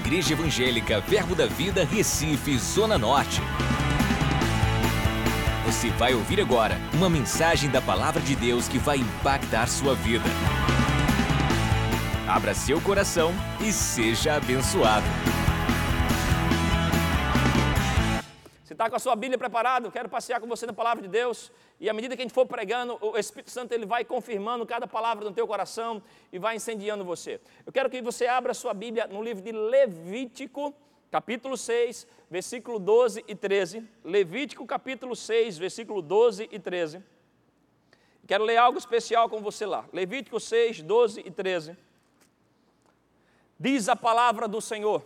Igreja Evangélica Verbo da Vida, Recife, Zona Norte. Você vai ouvir agora uma mensagem da Palavra de Deus que vai impactar sua vida. Abra seu coração e seja abençoado. Você está com a sua Bíblia preparada? Quero passear com você na Palavra de Deus. E à medida que a gente for pregando, o Espírito Santo ele vai confirmando cada palavra no teu coração e vai incendiando você. Eu quero que você abra a sua Bíblia no livro de Levítico, capítulo 6, versículo 12 e 13. Levítico, capítulo 6, versículo 12 e 13. Quero ler algo especial com você lá. Levítico 6, 12 e 13. Diz a palavra do Senhor: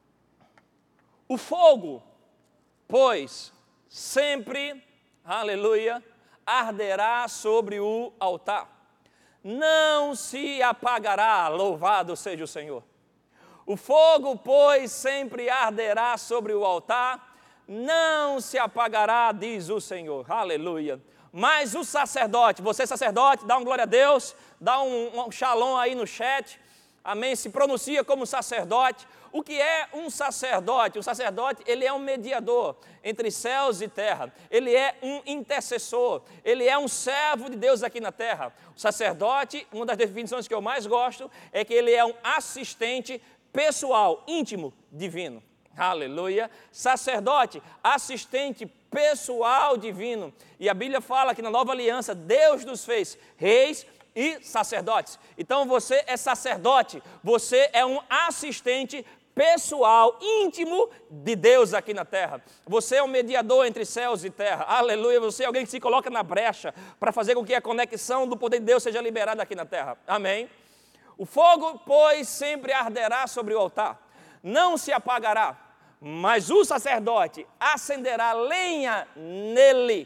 o fogo, pois, sempre, aleluia, arderá sobre o altar, não se apagará, louvado seja o Senhor. O fogo, pois, sempre arderá sobre o altar, não se apagará, diz o Senhor, aleluia. Mas o sacerdote, você sacerdote, dá um glória a Deus, dá um shalom aí no chat, amém, se pronuncia como sacerdote. O que é um sacerdote? O sacerdote, ele é um mediador entre céus e terra. Ele é um intercessor. Ele é um servo de Deus aqui na terra. O sacerdote, uma das definições que eu mais gosto, é que ele é um assistente pessoal, íntimo, divino. Aleluia. Sacerdote, assistente pessoal divino. E a Bíblia fala que na nova aliança, Deus nos fez reis e sacerdotes. Então você é sacerdote, você é um assistente pessoal, íntimo de Deus aqui na terra. Você é um mediador entre céus e terra, aleluia. Você é alguém que se coloca na brecha para fazer com que a conexão do poder de Deus seja liberada aqui na terra, amém. O fogo, pois, sempre arderá sobre o altar, não se apagará, mas o sacerdote acenderá lenha nele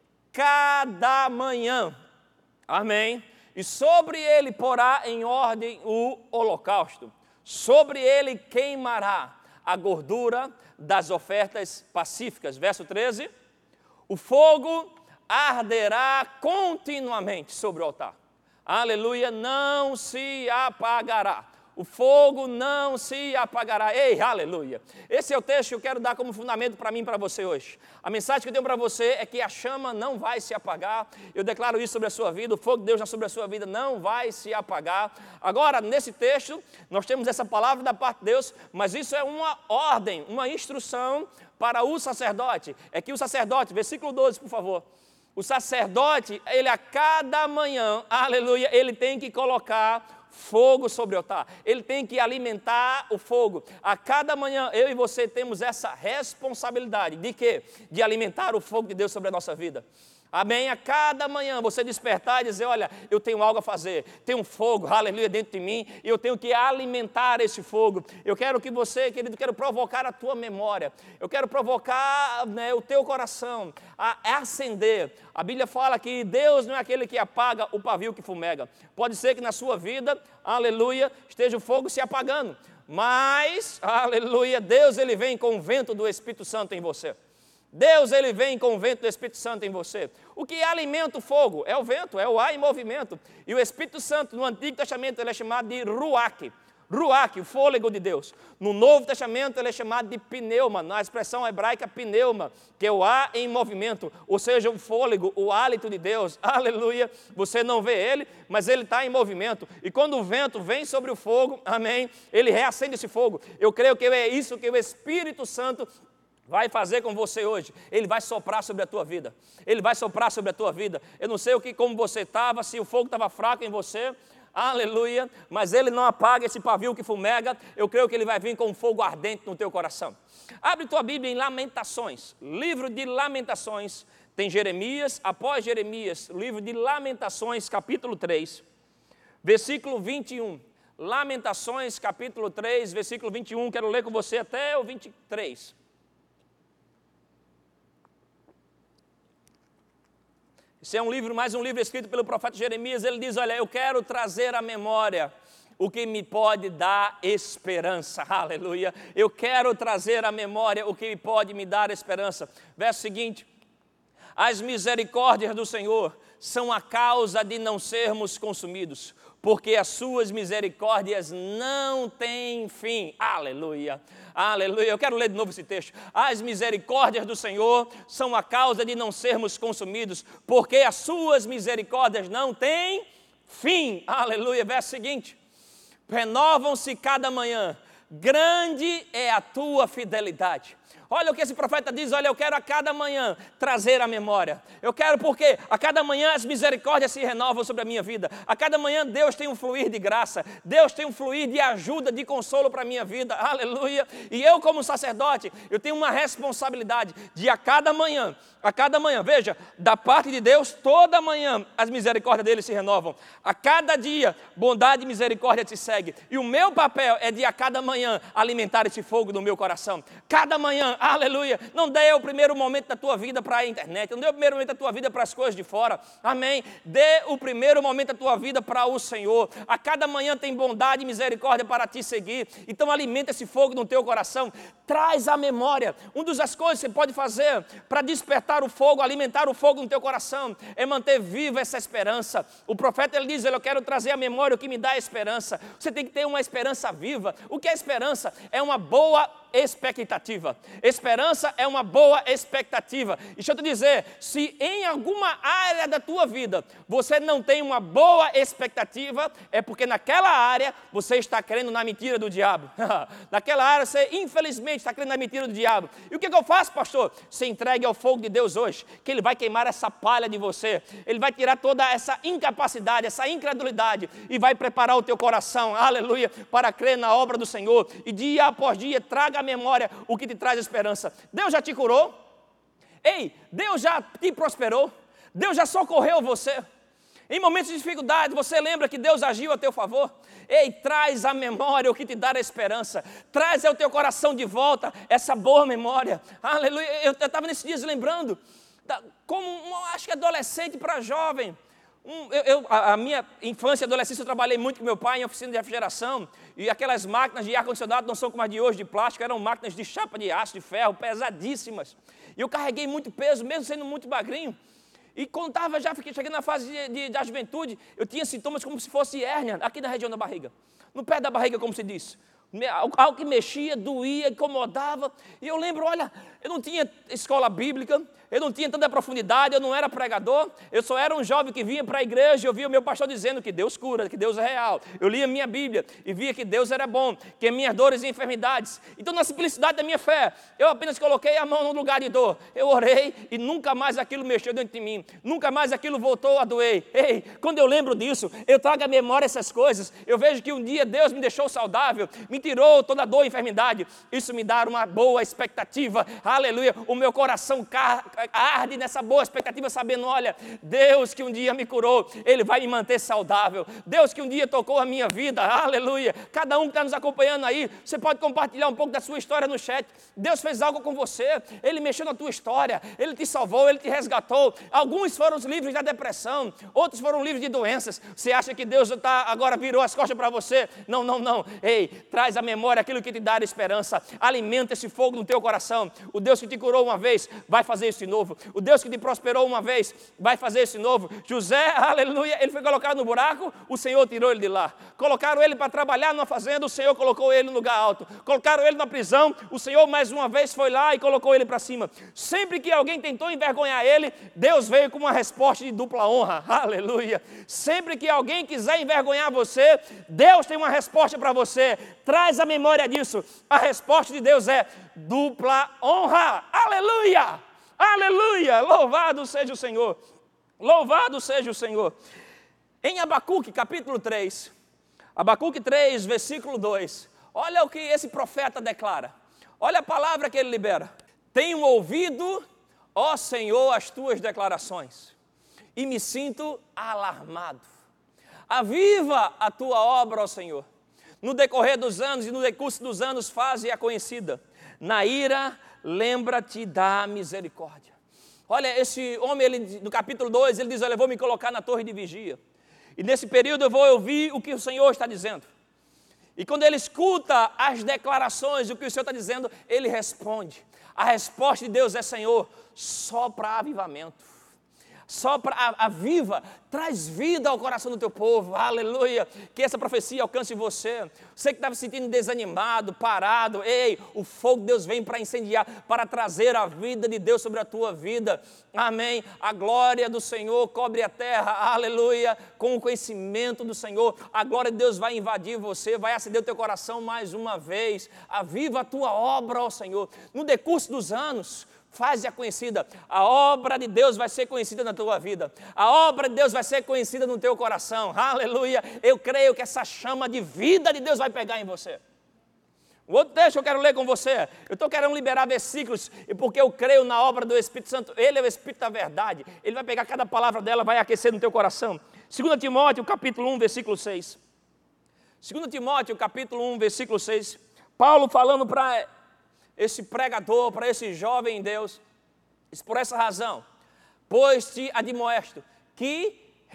cada manhã, amém. E sobre ele porá em ordem o holocausto. Sobre ele queimará a gordura das ofertas pacíficas. Verso 13. O fogo arderá continuamente sobre o altar. Aleluia, não se apagará. O fogo não se apagará. Ei, aleluia. Esse é o texto que eu quero dar como fundamento para mim e para você hoje. A mensagem que eu tenho para você é que a chama não vai se apagar. Eu declaro isso sobre a sua vida. O fogo de Deus sobre a sua vida não vai se apagar. Agora, nesse texto, nós temos essa palavra da parte de Deus, mas isso é uma ordem, uma instrução para o sacerdote. É que o sacerdote, versículo 12, por favor. O sacerdote, ele a cada manhã, aleluia, ele tem que colocar fogo sobre o altar, ele tem que alimentar o fogo. A cada manhã eu e você temos essa responsabilidade de quê? De alimentar o fogo de Deus sobre a nossa vida. Amém? A cada manhã você despertar e dizer, olha, eu tenho algo a fazer, tem um fogo, aleluia, dentro de mim, e eu tenho que alimentar esse fogo. Eu quero que você, querido, quero provocar a tua memória, eu quero provocar, né, o teu coração a acender. A Bíblia fala que Deus não é aquele que apaga o pavio que fumega. Pode ser que na sua vida, aleluia, esteja o fogo se apagando, mas, aleluia, Deus ele vem com o vento do Espírito Santo em você. Deus ele vem com o vento do Espírito Santo em você. O que alimenta o fogo é o vento, é o ar em movimento. E o Espírito Santo no Antigo Testamento ele é chamado de ruach. Ruach, o fôlego de Deus. No Novo Testamento ele é chamado de pneuma, na expressão hebraica pneuma, que é o ar em movimento, ou seja, o fôlego, o hálito de Deus. Aleluia. Você não vê ele, mas ele está em movimento. E quando o vento vem sobre o fogo, amém, ele reacende esse fogo. Eu creio que é isso que o Espírito Santo vai fazer com você hoje. Ele vai soprar sobre a tua vida. Ele vai soprar sobre a tua vida. Eu não sei como você estava, se o fogo estava fraco em você, aleluia, mas ele não apaga esse pavio que fumega. Eu creio que ele vai vir com um fogo ardente no teu coração. Abre tua Bíblia em Lamentações, livro de Lamentações. Tem Jeremias, após Jeremias, livro de Lamentações, capítulo 3, versículo 21. Lamentações, capítulo 3, versículo 21. Quero ler com você até o 23. Esse é mais um livro escrito pelo profeta Jeremias. Ele diz, olha, eu quero trazer à memória o que me pode dar esperança, aleluia. Eu quero trazer à memória o que pode me dar esperança. Verso seguinte, as misericórdias do Senhor são a causa de não sermos consumidos, porque as suas misericórdias não têm fim. Aleluia, aleluia. Eu quero ler de novo esse texto. As misericórdias do Senhor são a causa de não sermos consumidos, porque as suas misericórdias não têm fim. Aleluia. Verso seguinte: renovam-se cada manhã, grande é a tua fidelidade. Olha o que esse profeta diz: olha, eu quero a cada manhã trazer a memória. Eu quero porque a cada manhã as misericórdias se renovam sobre a minha vida. A cada manhã Deus tem um fluir de graça. Deus tem um fluir de ajuda, de consolo para a minha vida. Aleluia. E eu, como sacerdote, eu tenho uma responsabilidade de a cada manhã, veja, da parte de Deus, toda manhã as misericórdias dele se renovam. A cada dia, bondade e misericórdia te seguem. E o meu papel é de a cada manhã alimentar esse fogo no meu coração. Cada manhã, aleluia. Não dê o primeiro momento da tua vida para a internet, não dê o primeiro momento da tua vida para as coisas de fora. Amém. Dê o primeiro momento da tua vida para o Senhor. A cada manhã tem bondade e misericórdia para te seguir. Então alimenta esse fogo no teu coração. Traz a memória. Uma das coisas que você pode fazer para despertar o fogo, alimentar o fogo no teu coração, é manter viva essa esperança. O profeta, ele diz: eu quero trazer a memória o que me dá esperança. Você tem que ter uma esperança viva. O que é esperança? É uma boa expectativa. Esperança é uma boa expectativa. E deixa eu te dizer, se em alguma área da tua vida você não tem uma boa expectativa, é porque naquela área você está crendo na mentira do diabo. Naquela área você infelizmente está crendo na mentira do diabo. E o que eu faço, pastor? Se entregue ao fogo de Deus hoje, que Ele vai queimar essa palha de você. Ele vai tirar toda essa incapacidade, essa incredulidade e vai preparar o teu coração, aleluia, para crer na obra do Senhor. E dia após dia traga a memória o que te traz esperança. Deus já te curou? Ei, Deus já te prosperou? Deus já socorreu você? Em momentos de dificuldade, você lembra que Deus agiu a teu favor? Ei, traz à memória o que te dá esperança. Traz ao teu coração de volta essa boa memória. Aleluia. Eu estava nesses dias lembrando, acho que adolescente para jovem. A minha infância e adolescência eu trabalhei muito com meu pai em oficina de refrigeração. E aquelas máquinas de ar-condicionado não são como as de hoje, de plástico. Eram máquinas de chapa de aço, de ferro, pesadíssimas. E eu carreguei muito peso, mesmo sendo muito magrinho. E quando estava já chegando na fase da juventude, eu tinha sintomas como se fosse hérnia, aqui na região da barriga. No pé da barriga, como se diz. Algo que mexia, doía, incomodava. E eu lembro, olha, eu não tinha escola bíblica, eu não tinha tanta profundidade, eu não era pregador, eu só era um jovem que vinha para a igreja e eu via o meu pastor dizendo que Deus cura, que Deus é real. Eu lia minha Bíblia e via que Deus era bom, que minhas dores e enfermidades. Então, na simplicidade da minha fé, eu apenas coloquei a mão no lugar de dor. Eu orei e nunca mais aquilo mexeu dentro de mim, nunca mais aquilo voltou a doer. Ei, quando eu lembro disso, eu trago à memória essas coisas, eu vejo que um dia Deus me deixou saudável, me tirou toda a dor e enfermidade. Isso me dá uma boa expectativa, aleluia. O meu coração arde nessa boa expectativa, sabendo, olha, Deus que um dia me curou, Ele vai me manter saudável. Deus que um dia tocou a minha vida, aleluia. Cada um que está nos acompanhando aí, você pode compartilhar um pouco da sua história no chat. Deus fez algo com você, Ele mexeu na tua história, Ele te salvou, Ele te resgatou. Alguns foram os livres da depressão, outros foram livres de doenças. Você acha que Deus agora virou as costas para você? Não, não, não. Ei, traz à memória aquilo que te dá esperança. Alimenta esse fogo no teu coração. O Deus que te curou uma vez vai fazer isso de novo. O Deus que te prosperou uma vez vai fazer isso de novo. José, aleluia, ele foi colocado no buraco, o Senhor tirou ele de lá. Colocaram ele para trabalhar numa fazenda, o Senhor colocou ele no lugar alto. Colocaram ele na prisão, o Senhor mais uma vez foi lá e colocou ele para cima. Sempre que alguém tentou envergonhar ele, Deus veio com uma resposta de dupla honra. Aleluia. Sempre que alguém quiser envergonhar você, Deus tem uma resposta para você. Traz a memória disso. A resposta de Deus é dupla honra. Aleluia! Aleluia! Louvado seja o Senhor. Louvado seja o Senhor. Em Abacuque, capítulo 3, Abacuque 3, versículo 2, olha o que esse profeta declara. Olha a palavra que ele libera. Tenho ouvido, ó Senhor, as tuas declarações, e me sinto alarmado. Aviva a tua obra, ó Senhor. No decorrer dos anos e no decurso dos anos, faze-a conhecida. Na ira, lembra-te da misericórdia. Olha, esse homem, no capítulo 2, ele diz, olha, eu vou me colocar na torre de vigia. E nesse período eu vou ouvir o que o Senhor está dizendo. E quando ele escuta as declarações, o que o Senhor está dizendo, ele responde. A resposta de Deus é, Senhor, só para avivamento. sopra, aviva, traz vida ao coração do teu povo, aleluia, que essa profecia alcance você que estava se sentindo desanimado, parado, ei, o fogo de Deus vem para incendiar, para trazer a vida de Deus sobre a tua vida, amém, a glória do Senhor cobre a terra, aleluia, com o conhecimento do Senhor, a glória de Deus vai invadir você, vai acender o teu coração mais uma vez, aviva a tua obra, ó Senhor, no decurso dos anos, faz-a conhecida, a obra de Deus vai ser conhecida na tua vida, a obra de Deus vai ser conhecida no teu coração, aleluia, eu creio que essa chama de vida de Deus vai pegar em você. O outro texto que eu quero ler com você, eu estou querendo liberar versículos, e porque eu creio na obra do Espírito Santo, Ele é o Espírito da verdade, Ele vai pegar cada palavra dela, vai aquecer no teu coração. 2 Timóteo capítulo 1, versículo 6, 2 Timóteo capítulo 1, versículo 6, Paulo falando para esse pregador, para esse jovem em Deus, por essa razão, pois te admoesto, que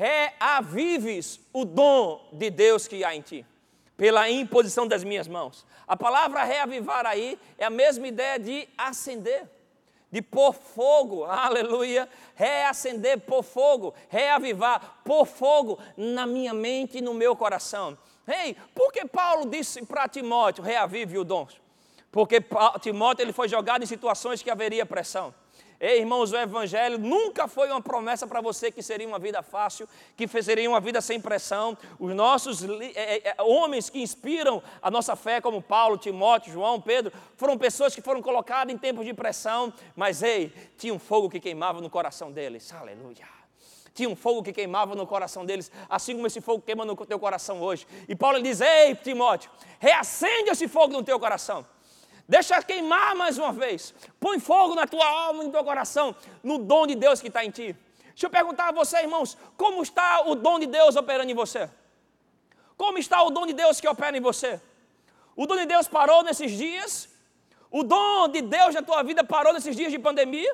reavives o dom de Deus que há em ti, pela imposição das minhas mãos. A palavra reavivar aí é a mesma ideia de acender, de pôr fogo, aleluia, reacender, pôr fogo, reavivar, pôr fogo na minha mente e no meu coração. Ei, por que Paulo disse para Timóteo, reavive o dom? Porque Timóteo ele foi jogado em situações que haveria pressão. Ei, irmãos, o Evangelho nunca foi uma promessa para você que seria uma vida fácil, que seria uma vida sem pressão. Os nossos homens que inspiram a nossa fé, como Paulo, Timóteo, João, Pedro, foram pessoas que foram colocadas em tempos de pressão, mas ei, tinha um fogo que queimava no coração deles, aleluia. Tinha um fogo que queimava no coração deles, assim como esse fogo queima no teu coração hoje. E Paulo diz, ei, Timóteo, reacende esse fogo no teu coração. Deixa queimar mais uma vez. Põe fogo na tua alma e no teu coração, no dom de Deus que está em ti. Deixa eu perguntar a você, irmãos, como está o dom de Deus operando em você? Como está o dom de Deus que opera em você? O dom de Deus parou nesses dias? O dom de Deus na tua vida parou nesses dias de pandemia?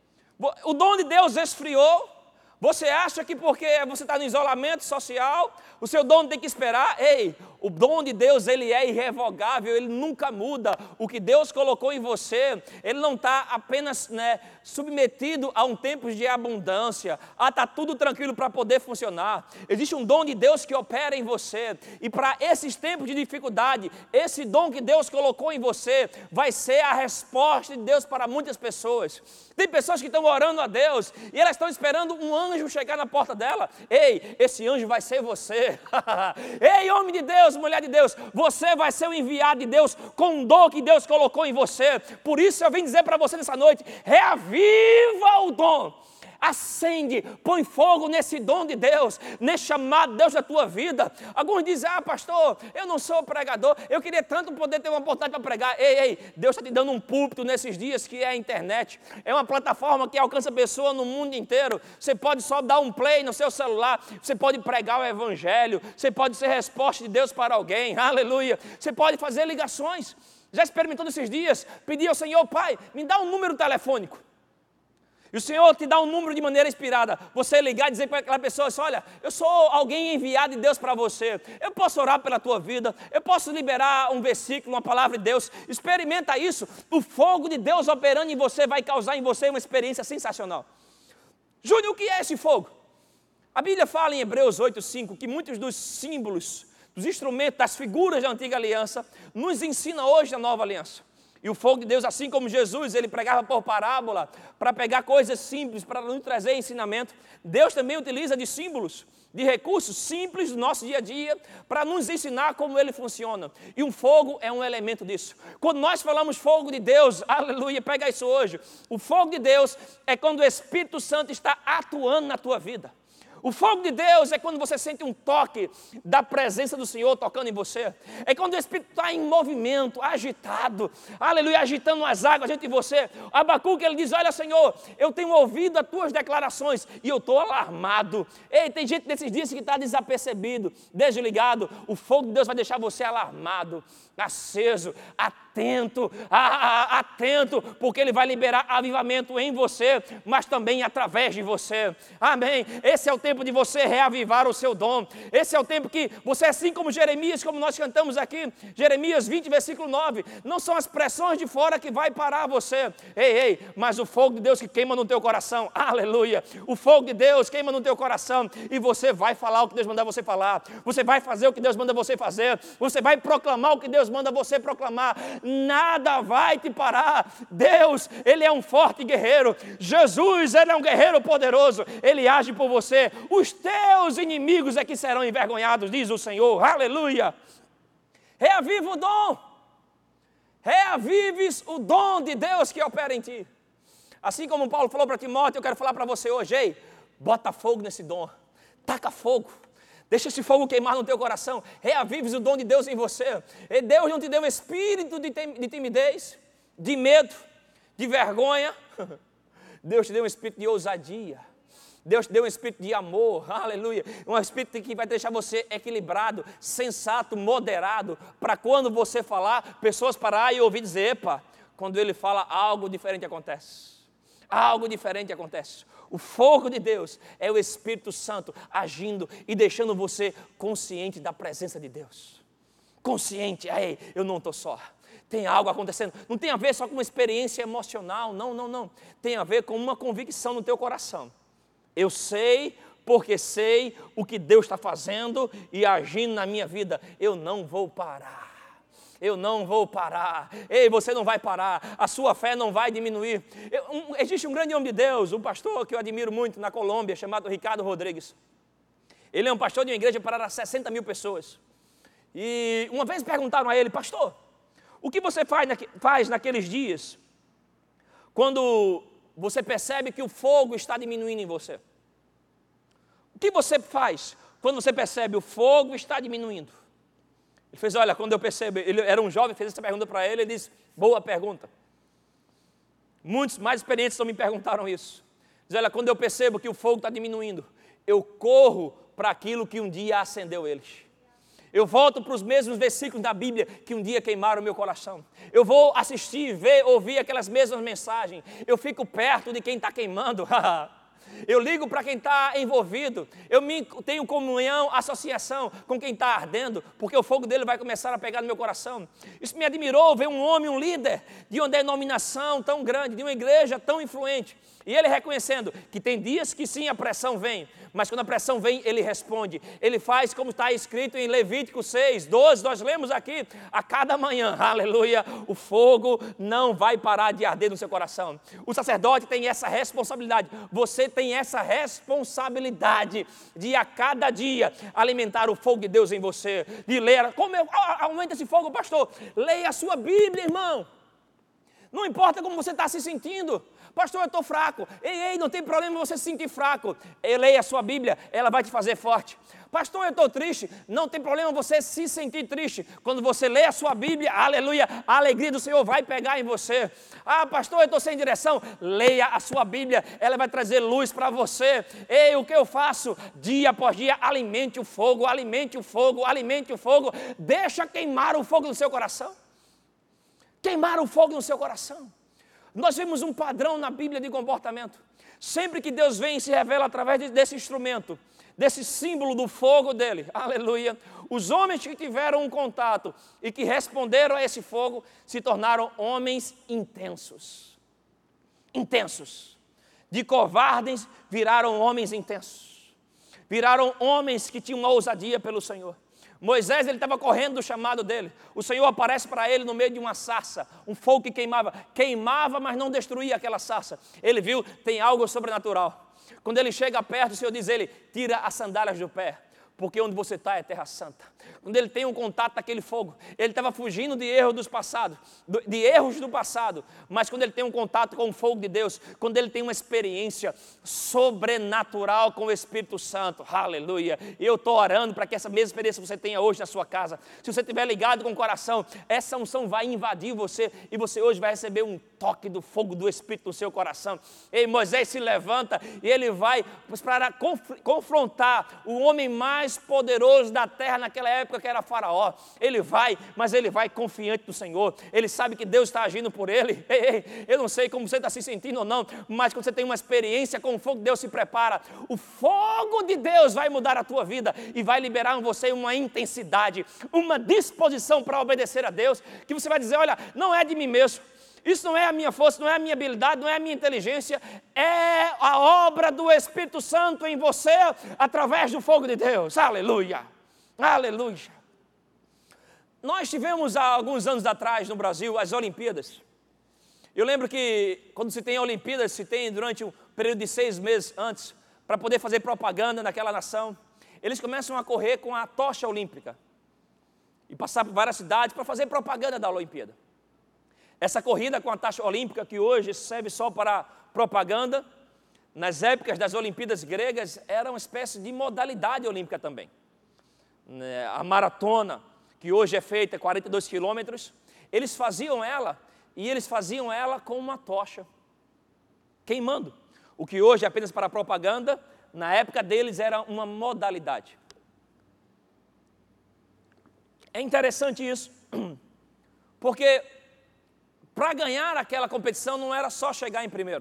O dom de Deus esfriou? Você acha que porque você está no isolamento social, o seu dom tem que esperar? Ei, o dom de Deus, ele é irrevogável, ele nunca muda. O que Deus colocou em você, ele não está apenas submetido a um tempo de abundância. Está tudo tranquilo para poder funcionar. Existe um dom de Deus que opera em você. E para esses tempos de dificuldade, esse dom que Deus colocou em você vai ser a resposta de Deus para muitas pessoas. Tem pessoas que estão orando a Deus e elas estão esperando um anjo chegar na porta dela. Ei, esse anjo vai ser você. Ei, homem de Deus, mulher de Deus, você vai ser o enviado de Deus com um dom que Deus colocou em você. Por isso eu vim dizer para você nessa noite, reaviva o dom. Acende, põe fogo nesse dom de Deus, nesse chamado de Deus da tua vida. Alguns dizem, pastor, eu não sou pregador, eu queria tanto poder ter uma oportunidade para pregar. Ei, Deus está te dando um púlpito nesses dias que é a internet, é uma plataforma que alcança pessoas no mundo inteiro. Você pode só dar um play no seu celular, você pode pregar o Evangelho, você pode ser resposta de Deus para alguém, aleluia. Você pode fazer ligações. Já experimentou nesses dias, pedir ao Senhor, Pai, me dá um número telefônico. E o Senhor te dá um número de maneira inspirada. Você ligar e dizer para aquela pessoa assim, olha, eu sou alguém enviado de Deus para você. Eu posso orar pela tua vida. Eu posso liberar um versículo, uma palavra de Deus. Experimenta isso. O fogo de Deus operando em você vai causar em você uma experiência sensacional. Júnior, o que é esse fogo? A Bíblia fala em Hebreus 8:5 que muitos dos símbolos, dos instrumentos, das figuras da antiga aliança, nos ensina hoje a nova aliança. E o fogo de Deus, assim como Jesus, ele pregava por parábola, para pegar coisas simples, para nos trazer ensinamento. Deus também utiliza de símbolos, de recursos simples do nosso dia a dia, para nos ensinar como ele funciona. E um fogo é um elemento disso. Quando nós falamos fogo de Deus, aleluia, pega isso hoje. O fogo de Deus é quando o Espírito Santo está atuando na tua vida. O fogo de Deus é quando você sente um toque da presença do Senhor tocando em você. É quando o Espírito está em movimento, agitado, aleluia, agitando as águas dentro de você. Abacuque, ele diz, olha Senhor, eu tenho ouvido as tuas declarações e eu estou alarmado. Ei, tem gente nesses dias que está desapercebido, desligado. O fogo de Deus vai deixar você alarmado, aceso, atento, atento, porque ele vai liberar avivamento em você, mas também através de você. Amém. Esse é o tempo tempo de você reavivar o seu dom. Esse é o tempo que você, assim como Jeremias, como nós cantamos aqui, Jeremias 20, versículo 9, não são as pressões de fora que vai parar você. Ei, mas o fogo de Deus que queima no teu coração, aleluia, o fogo de Deus queima no teu coração, e você vai falar o que Deus manda você falar, você vai fazer o que Deus manda você fazer, você vai proclamar o que Deus manda você proclamar, nada vai te parar. Deus, Ele é um forte guerreiro, Jesus, Ele é um guerreiro poderoso, Ele age por você, os teus inimigos é que serão envergonhados, diz o Senhor, aleluia. Reaviva o dom, reavives o dom de Deus que opera em ti. Assim como Paulo falou para Timóteo, eu quero falar para você hoje, ei, bota fogo nesse dom, taca fogo, deixa esse fogo queimar no teu coração, reavives o dom de Deus em você. E Deus não te deu um espírito de timidez, de medo, de vergonha, Deus te deu um espírito de ousadia, Deus te deu um espírito de amor, aleluia, um espírito que vai deixar você equilibrado, sensato, moderado, para quando você falar, pessoas parar e ouvir dizer, epa, quando ele fala algo diferente acontece. Algo diferente acontece. O fogo de Deus é o Espírito Santo agindo e deixando você consciente da presença de Deus. Consciente, ei, eu não estou só. Tem algo acontecendo. Não tem a ver só com uma experiência emocional, não. Tem a ver com uma convicção no teu coração. Eu sei, porque sei o que Deus está fazendo e agindo na minha vida. Eu não vou parar. Eu não vou parar. Ei, você não vai parar. A sua fé não vai diminuir. Existe um grande homem de Deus, um pastor que eu admiro muito na Colômbia, chamado Ricardo Rodrigues. Ele é um pastor de uma igreja para 60 mil pessoas. E uma vez perguntaram a ele, pastor, o que você faz naqueles dias quando você percebe que o fogo está diminuindo em você? O que você faz quando você percebe o fogo está diminuindo? Ele fez, olha, quando eu percebo, ele era um jovem, fez essa pergunta para ele disse, boa pergunta. Muitos mais experientes não me perguntaram isso. Diz, olha, quando eu percebo que o fogo está diminuindo, eu corro para aquilo que um dia acendeu eles. Eu volto para os mesmos versículos da Bíblia que um dia queimaram o meu coração. Eu vou assistir, ver, ouvir aquelas mesmas mensagens. Eu fico perto de quem está queimando. Eu ligo para quem está envolvido, tenho comunhão, associação com quem está ardendo, porque o fogo dele vai começar a pegar no meu coração. Isso me admirou, ver um homem, um líder de uma denominação tão grande, de uma igreja tão influente, e ele reconhecendo que tem dias que sim, a pressão vem, mas quando a pressão vem, ele responde, ele faz como está escrito em Levítico 6, 12, nós lemos aqui, a cada manhã, aleluia, o fogo não vai parar de arder no seu coração. O sacerdote tem essa responsabilidade, você tem essa responsabilidade de a cada dia alimentar o fogo de Deus em você, de ler, aumenta esse fogo, pastor, leia a sua Bíblia, irmão, não importa como você está se sentindo, pastor, eu estou fraco, ei, não tem problema você se sentir fraco, leia a sua Bíblia, ela vai te fazer forte. Pastor, eu estou triste, não tem problema você se sentir triste, quando você lê a sua Bíblia, aleluia, a alegria do Senhor vai pegar em você. Ah, pastor, eu estou sem direção, leia a sua Bíblia, ela vai trazer luz para você. Ei, o que eu faço? Dia após dia, alimente o fogo, alimente o fogo, alimente o fogo, deixa queimar o fogo no seu coração, queimar o fogo no seu coração. Nós vemos um padrão na Bíblia de comportamento, sempre que Deus vem e se revela através desse instrumento, desse símbolo do fogo dele, aleluia, os homens que tiveram um contato e que responderam a esse fogo, se tornaram homens intensos, de covardes viraram homens intensos, viraram homens que tinham uma ousadia pelo Senhor. Moisés, ele estava correndo do chamado dele, o Senhor aparece para ele no meio de uma sarça, um fogo que queimava, mas não destruía aquela sarça, ele viu, tem algo sobrenatural. Quando ele chega perto, o Senhor diz a ele, tira as sandálias do pé, porque onde você está é terra santa. Quando ele tem um contato daquele fogo, ele estava fugindo de erros do passado, mas quando ele tem um contato com o fogo de Deus, quando ele tem uma experiência sobrenatural com o Espírito Santo, aleluia, e eu estou orando para que essa mesma experiência você tenha hoje na sua casa. Se você estiver ligado com o coração, essa unção vai invadir você, e você hoje vai receber um toque do fogo do Espírito no seu coração. E Moisés se levanta, e ele vai para confrontar o homem mais mais poderoso da terra naquela época, que era Faraó. Ele vai, mas ele vai confiante do Senhor. Ele sabe que Deus está agindo por ele. Eu não sei como você está se sentindo ou não, mas quando você tem uma experiência com o fogo, Deus se prepara. O fogo de Deus vai mudar a tua vida e vai liberar em você uma intensidade, uma disposição para obedecer a Deus, que você vai dizer, olha, não é de mim mesmo. Isso não é a minha força, não é a minha habilidade, não é a minha inteligência, é a obra do Espírito Santo em você, através do fogo de Deus. Aleluia, aleluia. Nós tivemos há alguns anos atrás no Brasil as Olimpíadas. Eu lembro que quando se tem Olimpíadas, se tem durante um período de 6 meses antes, para poder fazer propaganda naquela nação, eles começam a correr com a tocha olímpica e passar por várias cidades para fazer propaganda da Olimpíada. Essa corrida com a tocha olímpica, que hoje serve só para propaganda, nas épocas das Olimpíadas gregas, era uma espécie de modalidade olímpica também. A maratona, que hoje é feita 42 quilômetros, eles faziam ela, e eles faziam ela com uma tocha, queimando. O que hoje é apenas para propaganda, na época deles era uma modalidade. É interessante isso, porque para ganhar aquela competição não era só chegar em primeiro.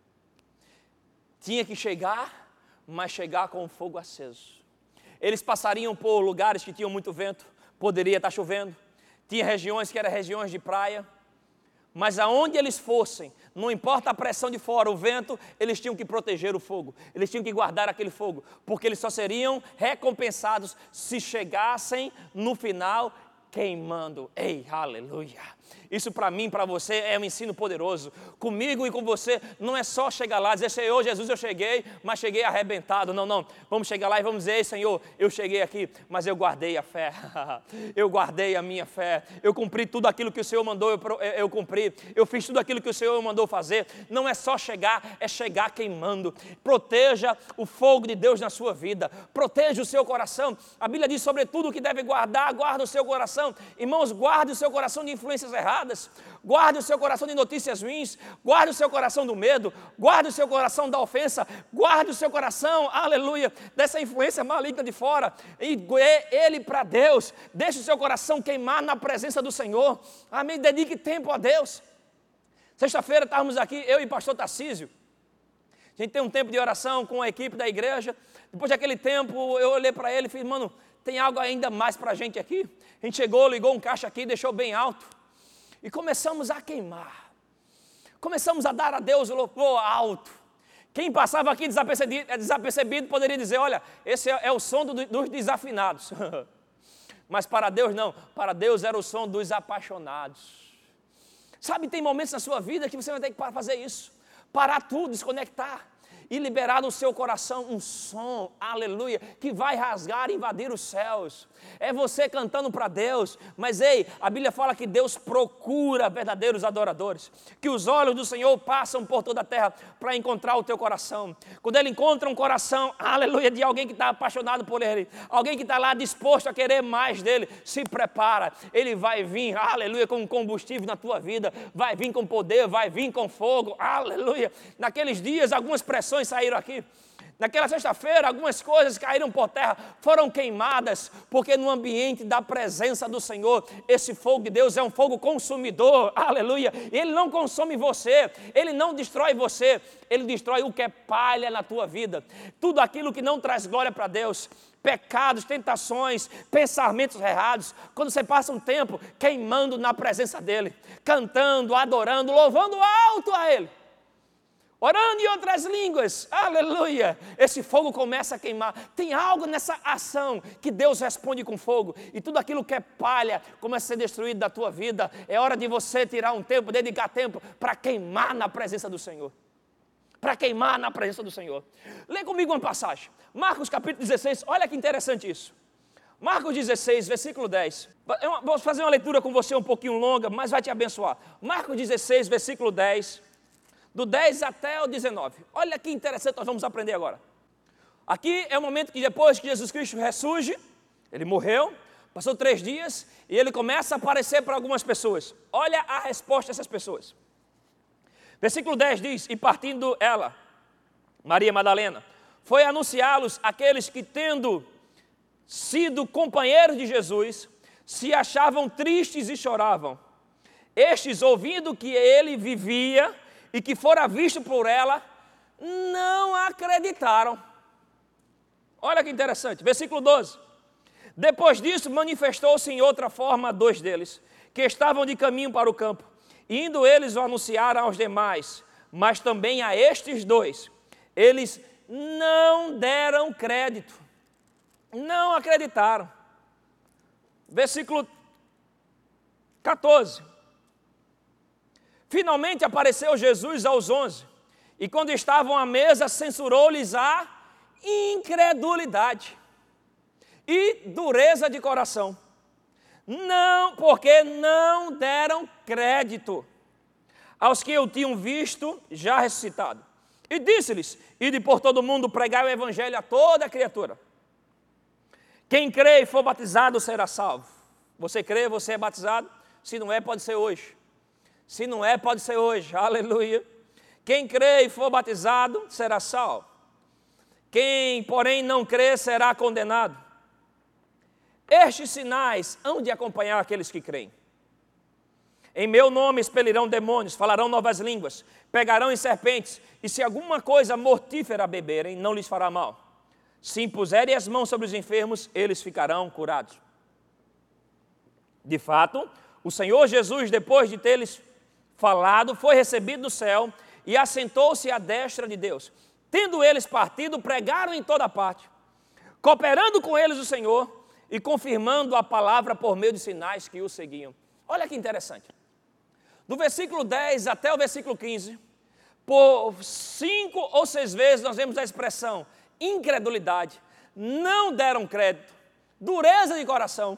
Tinha que chegar, mas chegar com o fogo aceso. Eles passariam por lugares que tinham muito vento, poderia estar chovendo. Tinha regiões que eram regiões de praia. Mas aonde eles fossem, não importa a pressão de fora, o vento, eles tinham que proteger o fogo. Eles tinham que guardar aquele fogo, porque eles só seriam recompensados se chegassem no final queimando. Ei, aleluia! Isso para mim, para você, é um ensino poderoso. Comigo e com você, não é só chegar lá e dizer, Senhor Jesus, eu cheguei, mas cheguei arrebentado. Não, não. Vamos chegar lá e vamos dizer, Senhor, eu cheguei aqui, mas eu guardei a fé. Eu guardei a minha fé. Eu cumpri tudo aquilo que o Senhor mandou, eu cumpri. Eu fiz tudo aquilo que o Senhor mandou fazer. Não é só chegar, é chegar queimando. Proteja o fogo de Deus na sua vida. Proteja o seu coração. A Bíblia diz sobre tudo o que deve guardar, guarda o seu coração. Irmãos, guarde o seu coração de influências erradas. Guarde o seu coração de notícias ruins, guarde o seu coração do medo, guarde o seu coração da ofensa, guarde o seu coração, aleluia, dessa influência maligna de fora, e ele para Deus. Deixe o seu coração queimar na presença do Senhor, amém, dedique tempo a Deus. Sexta-feira estávamos aqui, eu e o pastor Tarcísio, a gente tem um tempo de oração com a equipe da igreja. Depois daquele tempo eu olhei para ele e falei, mano, tem algo ainda mais para a gente aqui? A gente chegou, ligou um caixa aqui, deixou bem alto, e começamos a queimar, começamos a dar a Deus o louvor alto. Quem passava aqui desapercebido poderia dizer, olha, esse é o som dos desafinados. Mas para Deus não, para Deus era o som dos apaixonados. Sabe, tem momentos na sua vida que você vai ter que fazer isso, parar tudo, desconectar, e liberar no seu coração um som, aleluia, que vai rasgar e invadir os céus. É você cantando para Deus, mas ei, a Bíblia fala que Deus procura verdadeiros adoradores, que os olhos do Senhor passam por toda a terra para encontrar o teu coração. Quando Ele encontra um coração, aleluia, de alguém que está apaixonado por Ele, alguém que está lá disposto a querer mais dEle, se prepara, Ele vai vir, aleluia, com combustível na tua vida, vai vir com poder, vai vir com fogo, aleluia. Naqueles dias, algumas pressões saíram aqui. Naquela sexta-feira, algumas coisas caíram por terra, foram queimadas, porque no ambiente da presença do Senhor, esse fogo de Deus é um fogo consumidor, aleluia. Ele não consome você, Ele não destrói você, Ele destrói o que é palha na tua vida, tudo aquilo que não traz glória para Deus, pecados, tentações, pensamentos errados. Quando você passa um tempo queimando na presença dEle, cantando, adorando, louvando alto a Ele, orando em outras línguas, aleluia, esse fogo começa a queimar. Tem algo nessa ação que Deus responde com fogo, e tudo aquilo que é palha começa a ser destruído da tua vida. É hora de você tirar um tempo, dedicar tempo para queimar na presença do Senhor, para queimar na presença do Senhor. Lê comigo uma passagem, Marcos capítulo 16, olha que interessante isso. Marcos 16, versículo 10, vou fazer uma leitura com você um pouquinho longa, mas vai te abençoar. Marcos 16, versículo 10, do 10 até o 19. Olha que interessante, nós vamos aprender agora. Aqui é o momento que depois que Jesus Cristo ressurge, Ele morreu, passou 3 dias, e Ele começa a aparecer para algumas pessoas. Olha a resposta dessas pessoas. Versículo 10 diz, e partindo ela, Maria Madalena, foi anunciá-los aqueles que tendo sido companheiros de Jesus, se achavam tristes e choravam. Estes, ouvindo que ele vivia e que fora visto por ela, não acreditaram. Olha que interessante, versículo 12. Depois disso, manifestou-se em outra forma a 2 deles, que estavam de caminho para o campo. Indo eles o anunciaram aos demais, mas também a estes 2. Eles não deram crédito, não acreditaram. Versículo 14. Finalmente apareceu Jesus aos 11, e quando estavam à mesa, censurou-lhes a incredulidade e dureza de coração. Não, porque não deram crédito aos que o tinham visto já ressuscitado. E disse-lhes: ide por todo mundo pregar o evangelho a toda criatura. Quem crê e for batizado será salvo. Você crê, você é batizado? Se não é, pode ser hoje. Se não é, pode ser hoje. Aleluia. Quem crê e for batizado será salvo. Quem, porém, não crê será condenado. Estes sinais hão de acompanhar aqueles que creem. Em meu nome expelirão demônios, falarão novas línguas, pegarão em serpentes, e se alguma coisa mortífera beberem, não lhes fará mal. Se impuserem as mãos sobre os enfermos, eles ficarão curados. De fato, o Senhor Jesus, depois de ter-lhes falado, foi recebido do céu e assentou-se à destra de Deus. Tendo eles partido, pregaram em toda parte, cooperando com eles o Senhor e confirmando a palavra por meio de sinais que o seguiam. Olha que interessante. Do versículo 10 até o versículo 15, por 5 ou 6 vezes nós vemos a expressão incredulidade, não deram crédito, dureza de coração.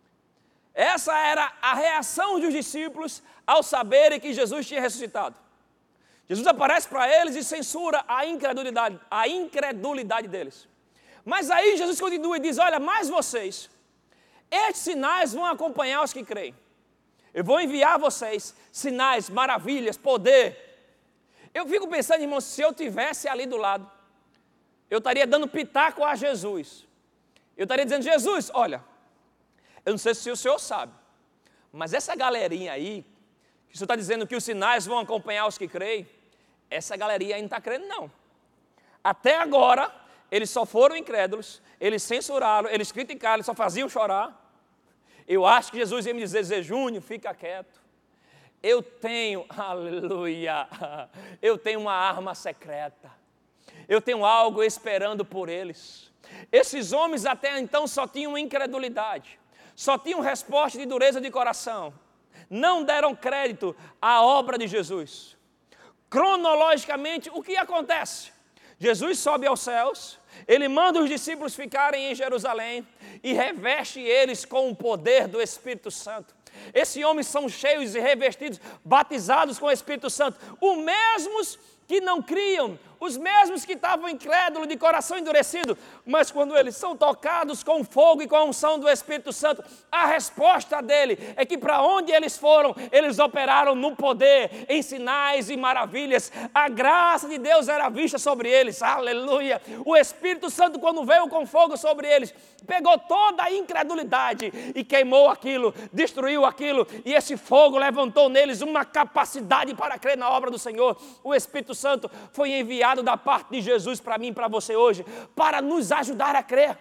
Essa era a reação dos discípulos ao saberem que Jesus tinha ressuscitado. Jesus aparece para eles e censura a incredulidade deles. Mas aí Jesus continua e diz: olha, mas vocês, estes sinais vão acompanhar os que creem. Eu vou enviar a vocês sinais, maravilhas, poder. Eu fico pensando, irmão, se eu estivesse ali do lado, eu estaria dando pitaco a Jesus. Eu estaria dizendo: Jesus, olha, eu não sei se o senhor sabe, mas essa galerinha aí, que o senhor está dizendo que os sinais vão acompanhar os que creem, essa galerinha aí não está crendo, não. Até agora, eles só foram incrédulos, eles censuraram, eles criticaram, eles só faziam chorar. Eu acho que Jesus ia me dizer: Júnior, fica quieto. Eu tenho, aleluia, eu tenho uma arma secreta. Eu tenho algo esperando por eles. Esses homens até então só tinham incredulidade, só tinham resposta de dureza de coração. Não deram crédito à obra de Jesus. Cronologicamente, o que acontece? Jesus sobe aos céus, ele manda os discípulos ficarem em Jerusalém e reveste eles com o poder do Espírito Santo. Esses homens são cheios e revestidos, batizados com o Espírito Santo. Os mesmos que não criam, os mesmos que estavam incrédulos, de coração endurecido, mas quando eles são tocados com fogo e com a unção do Espírito Santo, a resposta dele é que para onde eles foram, eles operaram no poder, em sinais e maravilhas. A graça de Deus era vista sobre eles, aleluia. O Espírito Santo, quando veio com fogo sobre eles, pegou toda a incredulidade e queimou aquilo, destruiu aquilo, e esse fogo levantou neles uma capacidade para crer na obra do Senhor. O Espírito Santo foi enviado da parte de Jesus para mim e para você hoje, para nos ajudar a crer.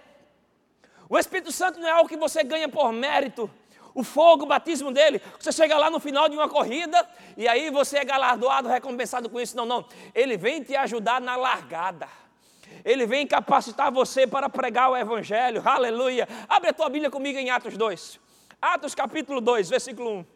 O Espírito Santo não é algo que você ganha por mérito. O fogo, o batismo dele, você chega lá no final de uma corrida e aí você é galardoado, recompensado com isso. Não, não. Ele vem te ajudar na largada. Ele vem capacitar você para pregar o evangelho. Aleluia. Abre a tua Bíblia comigo em Atos 2. Atos capítulo 2, versículo 1.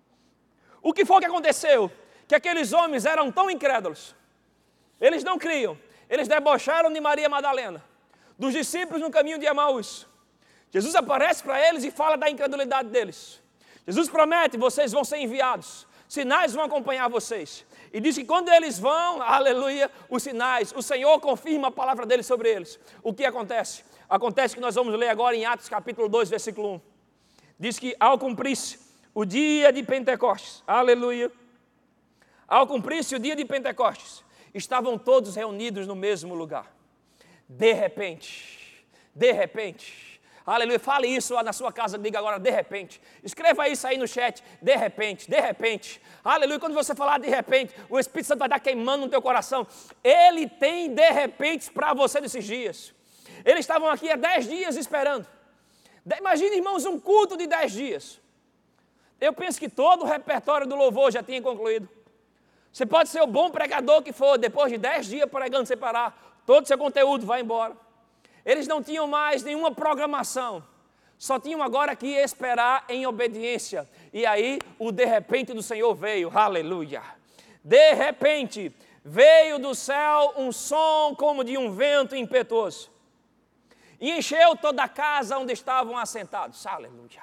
O que foi que aconteceu? Que aqueles homens eram tão incrédulos. Eles não criam. Eles debocharam de Maria Madalena, dos discípulos no caminho de Emaús. Jesus aparece para eles e fala da incredulidade deles. Jesus promete: vocês vão ser enviados, sinais vão acompanhar vocês. E diz que quando eles vão, aleluia, os sinais, o Senhor confirma a palavra dele sobre eles. O que acontece? Acontece que nós vamos ler agora em Atos capítulo 2, versículo 1. Diz que ao cumprir-se o dia de Pentecostes, aleluia, ao cumprir-se o dia de Pentecostes, estavam todos reunidos no mesmo lugar. De repente, Aleluia, fale isso lá na sua casa, diga agora, de repente. Escreva isso aí no chat, de repente, de repente. Aleluia, quando você falar de repente, o Espírito Santo vai estar queimando no teu coração. Ele tem de repente para você nesses dias. Eles estavam aqui há 10 dias esperando. Imagina, irmãos, um culto de 10 dias. Eu penso que todo o repertório do louvor já tinha concluído. Você pode ser o bom pregador que for, depois de 10 dias pregando sem parar, todo o seu conteúdo vai embora. Eles não tinham mais nenhuma programação, só tinham agora que esperar em obediência. E aí o de repente do Senhor veio, aleluia. De repente veio do céu um som como de um vento impetuoso. E encheu toda a casa onde estavam assentados, aleluia.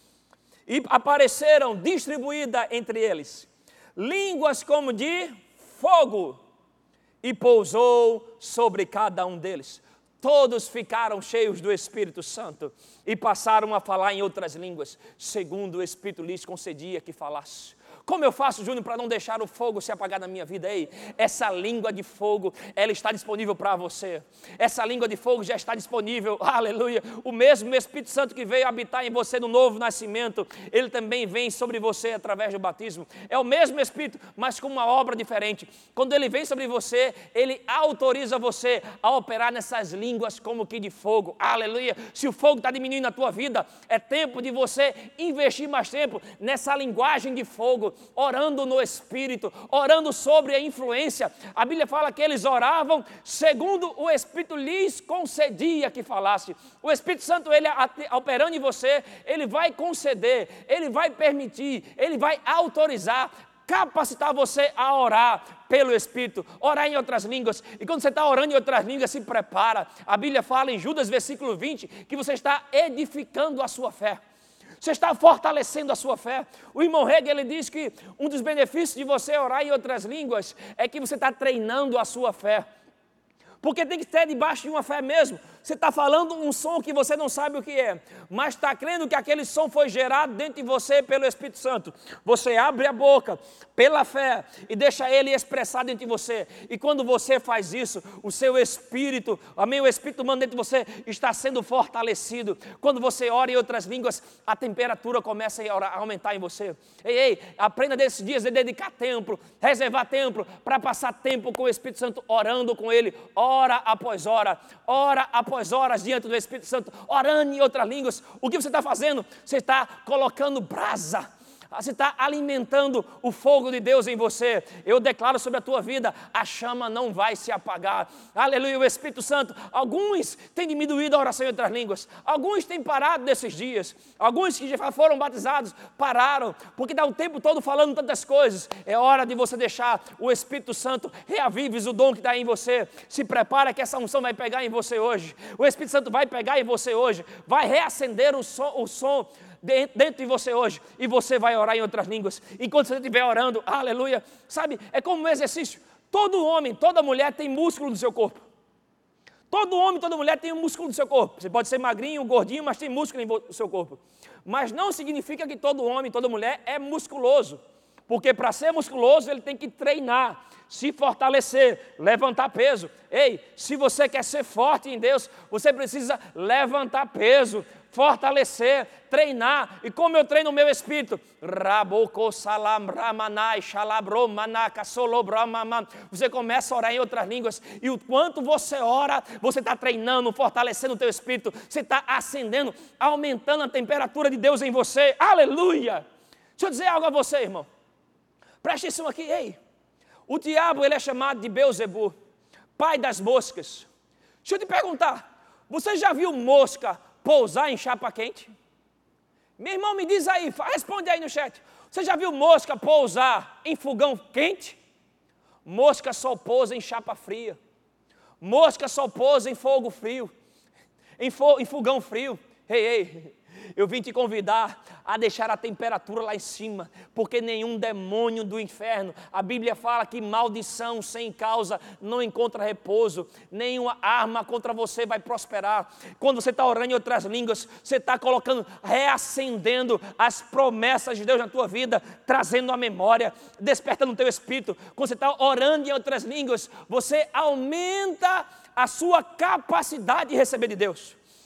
E apareceram distribuídas entre eles línguas como de fogo, e pousou sobre cada um deles. Todos ficaram cheios do Espírito Santo e passaram a falar em outras línguas, segundo o Espírito lhes concedia que falasse. Como eu faço, Júnior, para não deixar o fogo se apagar na minha vida? Ei, essa língua de fogo, ela está disponível para você. Essa língua de fogo já está disponível, aleluia. O mesmo Espírito Santo que veio habitar em você no novo nascimento, ele também vem sobre você através do batismo. É o mesmo Espírito, mas com uma obra diferente. Quando ele vem sobre você, ele autoriza você a operar nessas línguas como que de fogo, aleluia. Se o fogo está diminuindo na tua vida, é tempo de você investir mais tempo nessa linguagem de fogo, orando no Espírito, orando sobre a influência. A Bíblia fala que eles oravam segundo o Espírito lhes concedia que falasse. O Espírito Santo, ele operando em você, ele vai conceder, ele vai permitir, ele vai autorizar, capacitar você a orar pelo Espírito, orar em outras línguas. E quando você está orando em outras línguas, se prepara. A Bíblia fala em Judas, versículo 20, que você está edificando a sua fé. Você está fortalecendo a sua fé. O irmão Hegel, ele diz que um dos benefícios de você orar em outras línguas é que você está treinando a sua fé. Porque tem que ter debaixo de uma fé mesmo. Você está falando um som que você não sabe o que é, mas está crendo que aquele som foi gerado dentro de você pelo Espírito Santo. Você abre a boca pela fé e deixa ele expressar dentro de você. E quando você faz isso, o seu espírito, o espírito humano dentro de você está sendo fortalecido. Quando você ora em outras línguas, a temperatura começa a aumentar em você. Ei, aprenda desses dias de dedicar tempo, reservar tempo para passar tempo com o Espírito Santo, orando com ele, hora após hora horas diante do Espírito Santo, orando em outras línguas. O que você está fazendo? Você está colocando brasa, você está alimentando o fogo de Deus em você. Eu declaro sobre a tua vida, a chama não vai se apagar, aleluia. O Espírito Santo, alguns têm diminuído a oração em outras línguas, alguns têm parado nesses dias, alguns que já foram batizados, pararam, porque dá o tempo todo falando tantas coisas. É hora de você deixar o Espírito Santo reavives o dom que está em você. Se prepara que essa unção vai pegar em você hoje, o Espírito Santo vai pegar em você hoje, vai reacender o som dentro de você hoje, e você vai orar em outras línguas. Enquanto você estiver orando, aleluia, sabe, é como um exercício. Todo homem, toda mulher tem músculo no seu corpo. Todo homem, toda mulher tem um músculo no seu corpo. Você pode ser magrinho, gordinho, mas tem músculo no seu corpo. Mas não significa que todo homem, toda mulher é musculoso, porque para ser musculoso ele tem que treinar, se fortalecer, levantar peso. Ei, se você quer ser forte em Deus, você precisa levantar peso, fortalecer, treinar. E como eu treino o meu espírito? Você começa a orar em outras línguas, e o quanto você ora, você está treinando, fortalecendo o teu espírito, você está acendendo, aumentando a temperatura de Deus em você. Aleluia! Deixa eu dizer algo a você, irmão. Preste atenção aqui, ei. O diabo, ele é chamado de Beelzebu, pai das moscas. Deixa eu te perguntar, você já viu mosca pousar em chapa quente? Meu irmão, me diz aí, responde aí no chat. Você já viu mosca pousar em fogão quente? Mosca só pousa em chapa fria. Mosca só pousa em fogo frio, em fogão frio. Ei, eu vim te convidar a deixar a temperatura lá em cima, porque nenhum demônio do inferno, a Bíblia fala que maldição sem causa não encontra repouso, nenhuma arma contra você vai prosperar. Quando você está orando em outras línguas, você está colocando, reacendendo as promessas de Deus na tua vida, trazendo a memória, despertando o teu espírito. Quando você está orando em outras línguas, você aumenta a sua capacidade de receber de Deus.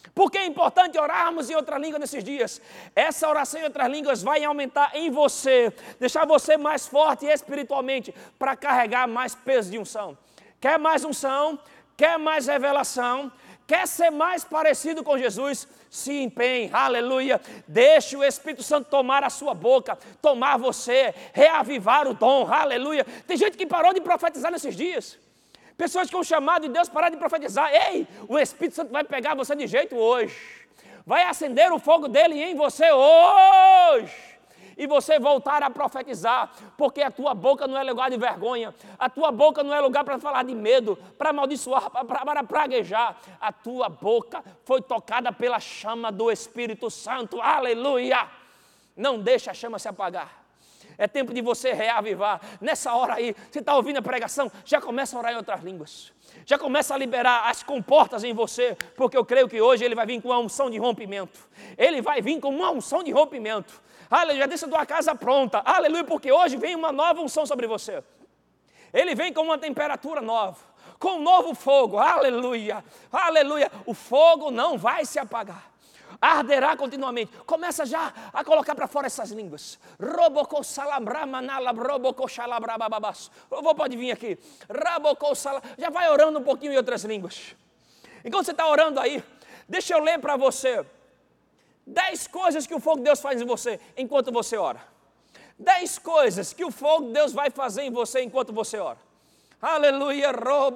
Por que é importante orarmos em outra língua nesses dias? Essa oração em outras línguas vai aumentar em você, deixar você mais forte espiritualmente, para carregar mais peso de unção. Quer mais unção? Quer mais revelação? Quer ser mais parecido com Jesus? Se empenhe, aleluia. Deixe o Espírito Santo tomar a sua boca, tomar você, reavivar o dom, aleluia. Tem gente que parou de profetizar nesses dias. Pessoas com o chamado de Deus pararam de profetizar. Ei, o Espírito Santo vai pegar você de jeito hoje. Vai acender o fogo dele em você hoje. E você voltar a profetizar. Porque a tua boca não é lugar de vergonha. A tua boca não é lugar para falar de medo, para amaldiçoar, para praguejar. A tua boca foi tocada pela chama do Espírito Santo. Aleluia! Não deixa a chama se apagar. É tempo de você reavivar. Nessa hora aí, você está ouvindo a pregação, já começa a orar em outras línguas. Já começa a liberar as comportas em você, porque eu creio que hoje ele vai vir com uma unção de rompimento. Ele vai vir com uma unção de rompimento. Aleluia, deixa a tua casa pronta. Aleluia, porque hoje vem uma nova unção sobre você. Ele vem com uma temperatura nova, com um novo fogo. Aleluia, aleluia. O fogo não vai se apagar. Arderá continuamente. Começa já a colocar para fora essas línguas. Pode vir aqui. Já vai orando um pouquinho em outras línguas. Enquanto você está orando aí, deixa eu ler para você 10 coisas que o fogo de Deus faz em você enquanto você ora. 10 coisas que o fogo de Deus vai fazer em você enquanto você ora. Aleluia.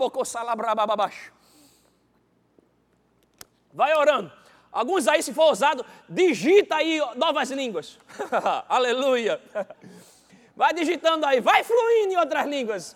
Vai orando. Alguns aí, se for ousado, digita aí novas línguas. Aleluia. Vai digitando aí, vai fluindo em outras línguas.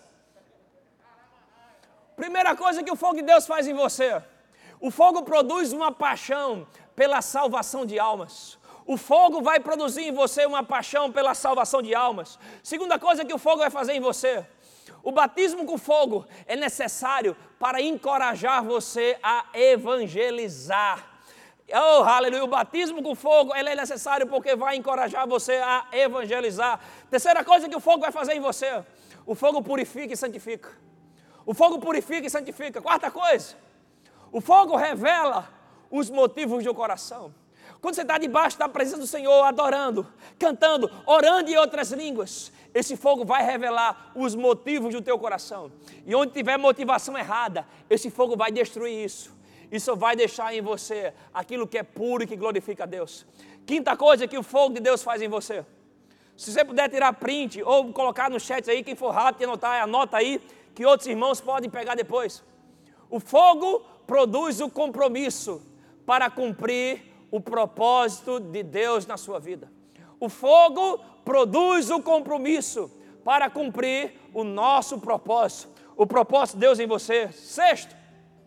Primeira coisa que o fogo de Deus faz em você. O fogo produz uma paixão pela salvação de almas. O fogo vai produzir em você uma paixão pela salvação de almas. Segunda coisa que o fogo vai fazer em você. O batismo com fogo é necessário para encorajar você a evangelizar. Oh, aleluia, o batismo com fogo ele é necessário porque vai encorajar você a evangelizar. Terceira coisa que o fogo vai fazer em você, o fogo purifica e santifica. O fogo purifica e santifica. Quarta coisa, o fogo revela os motivos do coração. Quando você está debaixo da presença do Senhor, adorando, cantando, orando em outras línguas, esse fogo vai revelar os motivos do teu coração. E onde tiver motivação errada, esse fogo vai destruir isso. Isso vai deixar em você aquilo que é puro e que glorifica a Deus. Quinta coisa que o fogo de Deus faz em você. Se você puder tirar print ou colocar no chat aí, quem for rápido e anotar, anota aí, que outros irmãos podem pegar depois. O fogo produz o compromisso para cumprir o propósito de Deus na sua vida. O fogo produz o compromisso para cumprir o nosso propósito. O propósito de Deus em você. Sexto,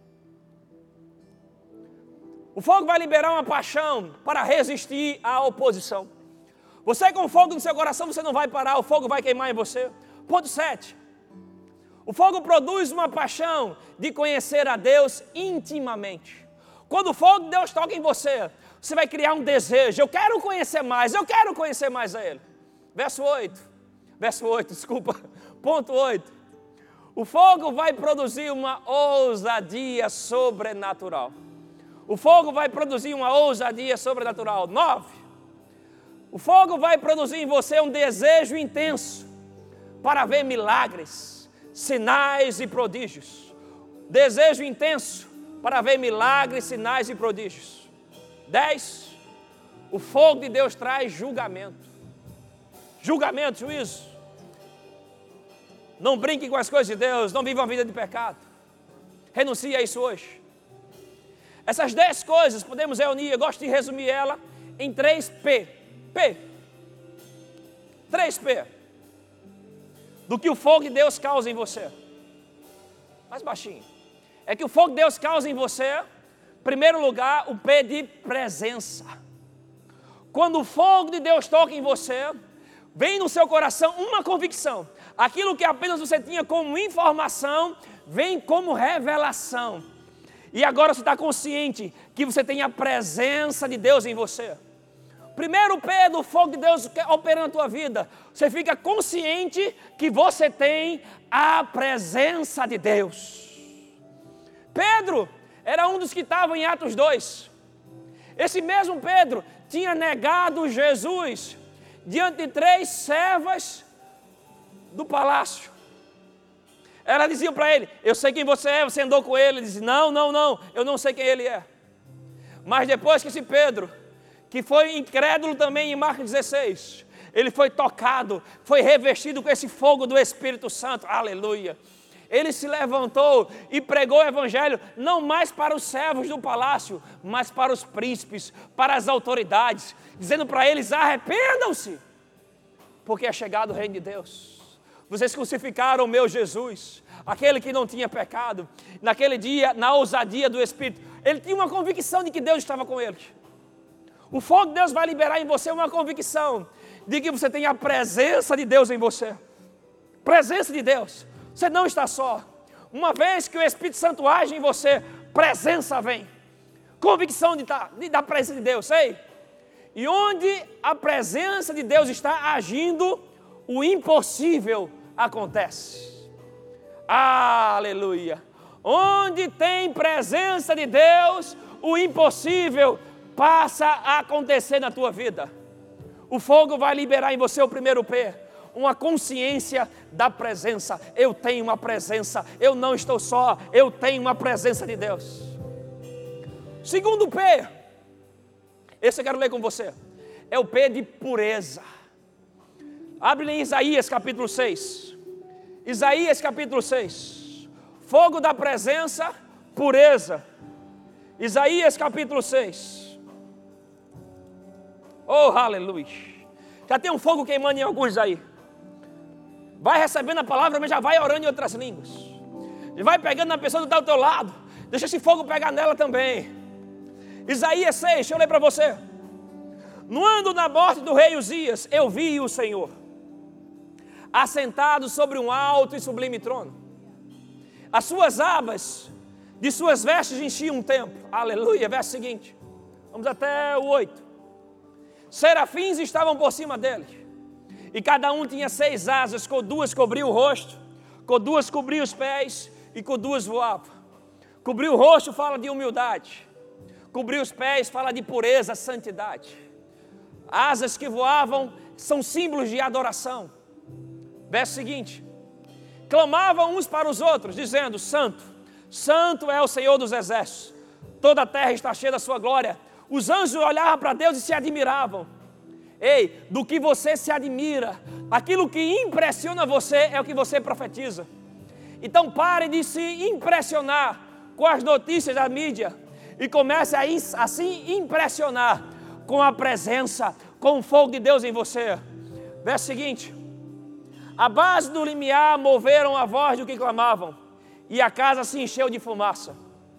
o fogo vai liberar uma paixão para resistir à oposição. Você com fogo no seu coração, você não vai parar, o fogo vai queimar em você. Ponto 7. O fogo produz uma paixão de conhecer a Deus intimamente. Quando o fogo de Deus toca em você, você vai criar um desejo. Eu quero conhecer mais a Ele. Verso 8, desculpa. Ponto 8. O fogo vai produzir uma ousadia sobrenatural. O fogo vai produzir uma ousadia sobrenatural. 9. O fogo vai produzir em você um desejo intenso para ver milagres, sinais e prodígios. Desejo intenso para ver milagres, sinais e prodígios. 10. O fogo de Deus traz julgamento. Julgamento, juízo. Não brinque com as coisas de Deus, não viva uma vida de pecado. Renuncie a isso hoje. Essas 10 coisas podemos reunir, eu gosto de resumir ela em 3P. 3P. Do que o fogo de Deus causa em você. Mais baixinho. É que o fogo de Deus causa em você, em primeiro lugar, o P de presença. Quando o fogo de Deus toca em você, vem no seu coração uma convicção. Aquilo que apenas você tinha como informação, vem como revelação. E agora você está consciente que você tem a presença de Deus em você. Primeiro P do fogo de Deus operando na tua vida. Você fica consciente que você tem a presença de Deus. Pedro era um dos que estavam em Atos 2. Esse mesmo Pedro tinha negado Jesus diante de 3 servas do palácio. Elas diziam para ele: eu sei quem você é, você andou com ele. Ele disse: não, eu não sei quem ele é. Mas depois que esse Pedro, que foi incrédulo também em Marcos 16, ele foi tocado, foi revestido com esse fogo do Espírito Santo, aleluia. Ele se levantou e pregou o evangelho, não mais para os servos do palácio, mas para os príncipes, para as autoridades, dizendo para eles: arrependam-se, porque é chegado o reino de Deus. Vocês crucificaram o meu Jesus, aquele que não tinha pecado. Naquele dia, na ousadia do Espírito, ele tinha uma convicção de que Deus estava com ele. O fogo de Deus vai liberar em você uma convicção de que você tem a presença de Deus em você. Presença de Deus. Você não está só. Uma vez que o Espírito Santo age em você, presença vem. Convicção da presença de Deus, sei? E onde a presença de Deus está agindo, o impossível acontece. Aleluia. Onde tem presença de Deus, o impossível passa a acontecer na tua vida. O fogo vai liberar em você o primeiro P, uma consciência da presença. Eu tenho uma presença, eu não estou só, eu tenho uma presença de Deus. Segundo P, esse eu quero ler com você, é o P de pureza. Abre em Isaías capítulo 6. Isaías capítulo 6. Fogo da presença, pureza. Isaías capítulo 6. Oh, aleluia. Já tem um fogo queimando em alguns aí. Vai recebendo a palavra, mas já vai orando em outras línguas. E vai pegando na pessoa que está ao teu lado. Deixa esse fogo pegar nela também. Isaías 6, deixa eu ler para você. No ano da morte do rei Uzias, eu vi o Senhor assentado sobre um alto e sublime trono. As suas abas de suas vestes enchiam um templo. Aleluia, verso seguinte. Vamos até o 8. Serafins estavam por cima dele, e cada um tinha 6 asas, com 2 cobria o rosto, com 2 cobria os pés, e com 2 voava. Cobrir o rosto fala de humildade, cobrir os pés fala de pureza, santidade. Asas que voavam são símbolos de adoração. Verso seguinte. Clamavam uns para os outros, dizendo: Santo, Santo é o Senhor dos exércitos, toda a terra está cheia da sua glória. Os anjos olhavam para Deus e se admiravam. Ei, do que você se admira, aquilo que impressiona você é o que você profetiza. Então pare de se impressionar com as notícias da mídia e comece a se impressionar com a presença, com o fogo de Deus em você. Verso seguinte. A base do limiar moveram a voz do que clamavam, e a casa se encheu de fumaça.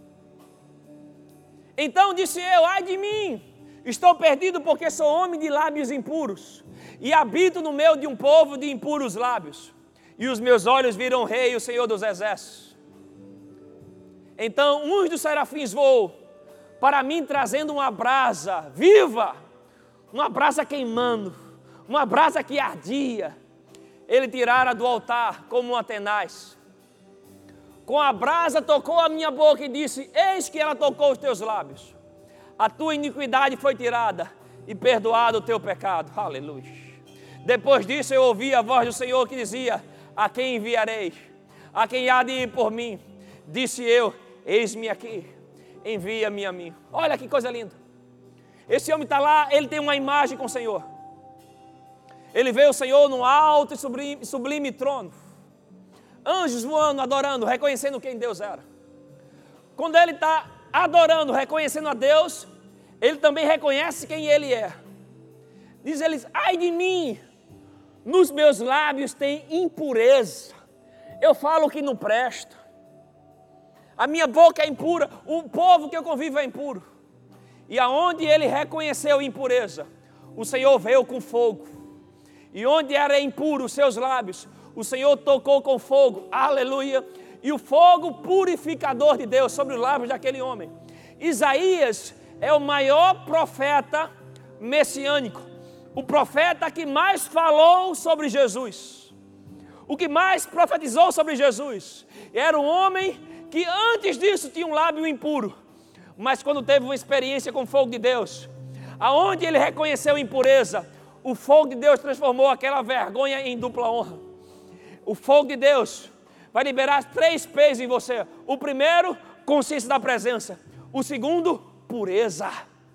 Então disse eu: ai de mim, estou perdido, porque sou homem de lábios impuros, e habito no meio de um povo de impuros lábios, e os meus olhos viram o Rei, o Senhor dos exércitos. Então um dos serafins voou para mim, trazendo uma brasa viva, uma brasa queimando, uma brasa que ardia. Ele tirara do altar como uma tenaz. Com a brasa tocou a minha boca e disse: eis que ela tocou os teus lábios. A tua iniquidade foi tirada e perdoado o teu pecado. Aleluia. Depois disso eu ouvi a voz do Senhor que dizia: a quem enviarei? A quem há de ir por mim? Disse eu: eis-me aqui, envia-me a mim. Olha que coisa linda. Esse homem está lá, ele tem uma imagem com o Senhor. Ele vê o Senhor num alto e sublime trono. Anjos voando, adorando, reconhecendo quem Deus era. Quando ele está adorando, reconhecendo a Deus, ele também reconhece quem ele é. Diz eles: ai de mim, nos meus lábios tem impureza. Eu falo que não presta. A minha boca é impura, o povo que eu convivo é impuro. E aonde ele reconheceu impureza, o Senhor veio com fogo. E onde era impuro os seus lábios, o Senhor tocou com fogo, aleluia, e o fogo purificador de Deus sobre os lábios daquele homem. Isaías é o maior profeta messiânico, o profeta que mais falou sobre Jesus, o que mais profetizou sobre Jesus. Era um homem que antes disso tinha um lábio impuro, mas quando teve uma experiência com o fogo de Deus, aonde ele reconheceu impureza, o fogo de Deus transformou aquela vergonha em dupla honra. O fogo de Deus vai liberar 3 P's em você. O primeiro, consciência da presença. O segundo, pureza.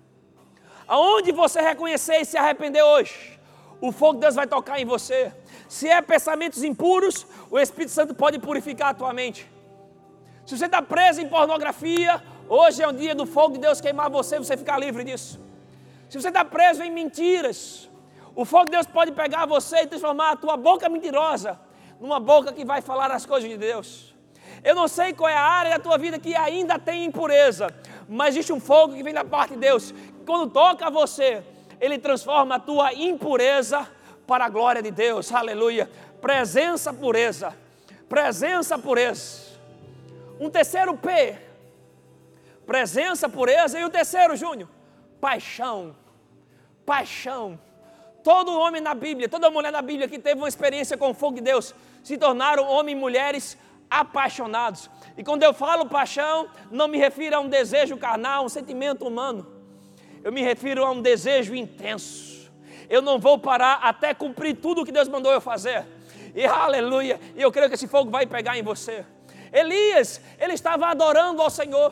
Aonde você reconhecer e se arrepender hoje, o fogo de Deus vai tocar em você. Se é pensamentos impuros, o Espírito Santo pode purificar a tua mente. Se você está preso em pornografia, hoje é o dia do fogo de Deus queimar você ficar livre disso. Se você está preso em mentiras, o fogo de Deus pode pegar você e transformar a tua boca mentirosa numa boca que vai falar as coisas de Deus. Eu não sei qual é a área da tua vida que ainda tem impureza, mas existe um fogo que vem da parte de Deus. Quando toca você, ele transforma a tua impureza para a glória de Deus. Aleluia. Presença, pureza. Presença, pureza. Um terceiro P. Presença, pureza. E o terceiro, Júnior? Paixão. Paixão. Todo homem na Bíblia, toda mulher na Bíblia que teve uma experiência com o fogo de Deus, se tornaram homens e mulheres apaixonados. E quando eu falo paixão, não me refiro a um desejo carnal, um sentimento humano. Eu me refiro a um desejo intenso. Eu não vou parar até cumprir tudo o que Deus mandou eu fazer. E aleluia, e eu creio que esse fogo vai pegar em você. Elias, ele estava adorando ao Senhor.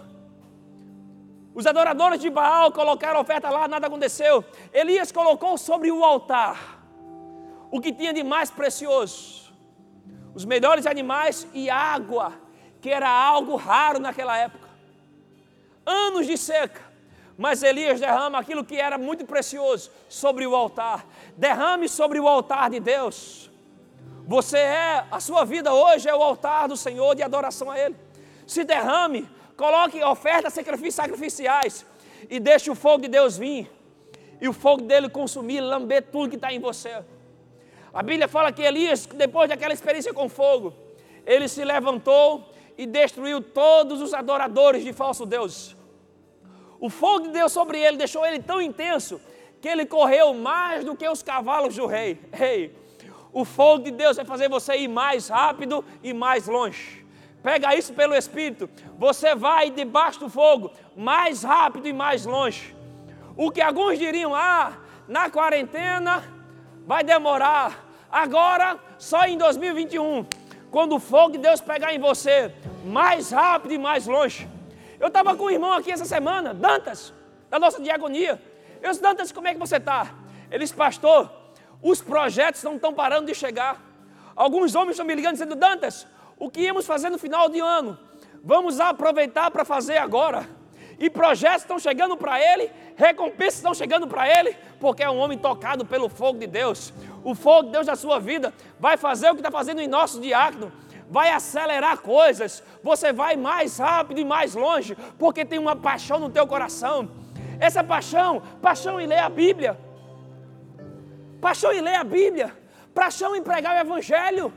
Os adoradores de Baal colocaram a oferta lá, nada aconteceu. Elias colocou sobre o altar o que tinha de mais precioso, os melhores animais e água, que era algo raro naquela época. Anos de seca, mas Elias derrama aquilo que era muito precioso sobre o altar. Derrame sobre o altar de Deus. A sua vida hoje é o altar do Senhor de adoração a Ele. Se derrame, coloque ofertas sacrificiais e deixe o fogo de Deus vir. E o fogo dele consumir, lamber tudo que está em você. A Bíblia fala que Elias, depois daquela experiência com fogo, ele se levantou e destruiu todos os adoradores de falsos deuses. O fogo de Deus sobre ele deixou ele tão intenso que ele correu mais do que os cavalos do rei. O fogo de Deus vai fazer você ir mais rápido e mais longe. Pega isso pelo Espírito. Você vai debaixo do fogo mais rápido e mais longe. O que alguns diriam, na quarentena vai demorar. Agora, só em 2021, quando o fogo de Deus pegar em você, mais rápido e mais longe. Eu estava com um irmão aqui essa semana, Dantas, da nossa diaconia. Eu disse, Dantas, como é que você está? Ele disse, pastor, os projetos não estão parando de chegar. Alguns homens estão me ligando dizendo, Dantas, o que íamos fazer no final de ano, vamos aproveitar para fazer agora. E projetos estão chegando para ele, recompensas estão chegando para ele, porque é um homem tocado pelo fogo de Deus. O fogo de Deus da sua vida vai fazer o que está fazendo em nosso diácono, vai acelerar coisas, você vai mais rápido e mais longe, porque tem uma paixão no teu coração. Essa paixão em ler a Bíblia, paixão em ler a Bíblia, paixão em pregar o Evangelho.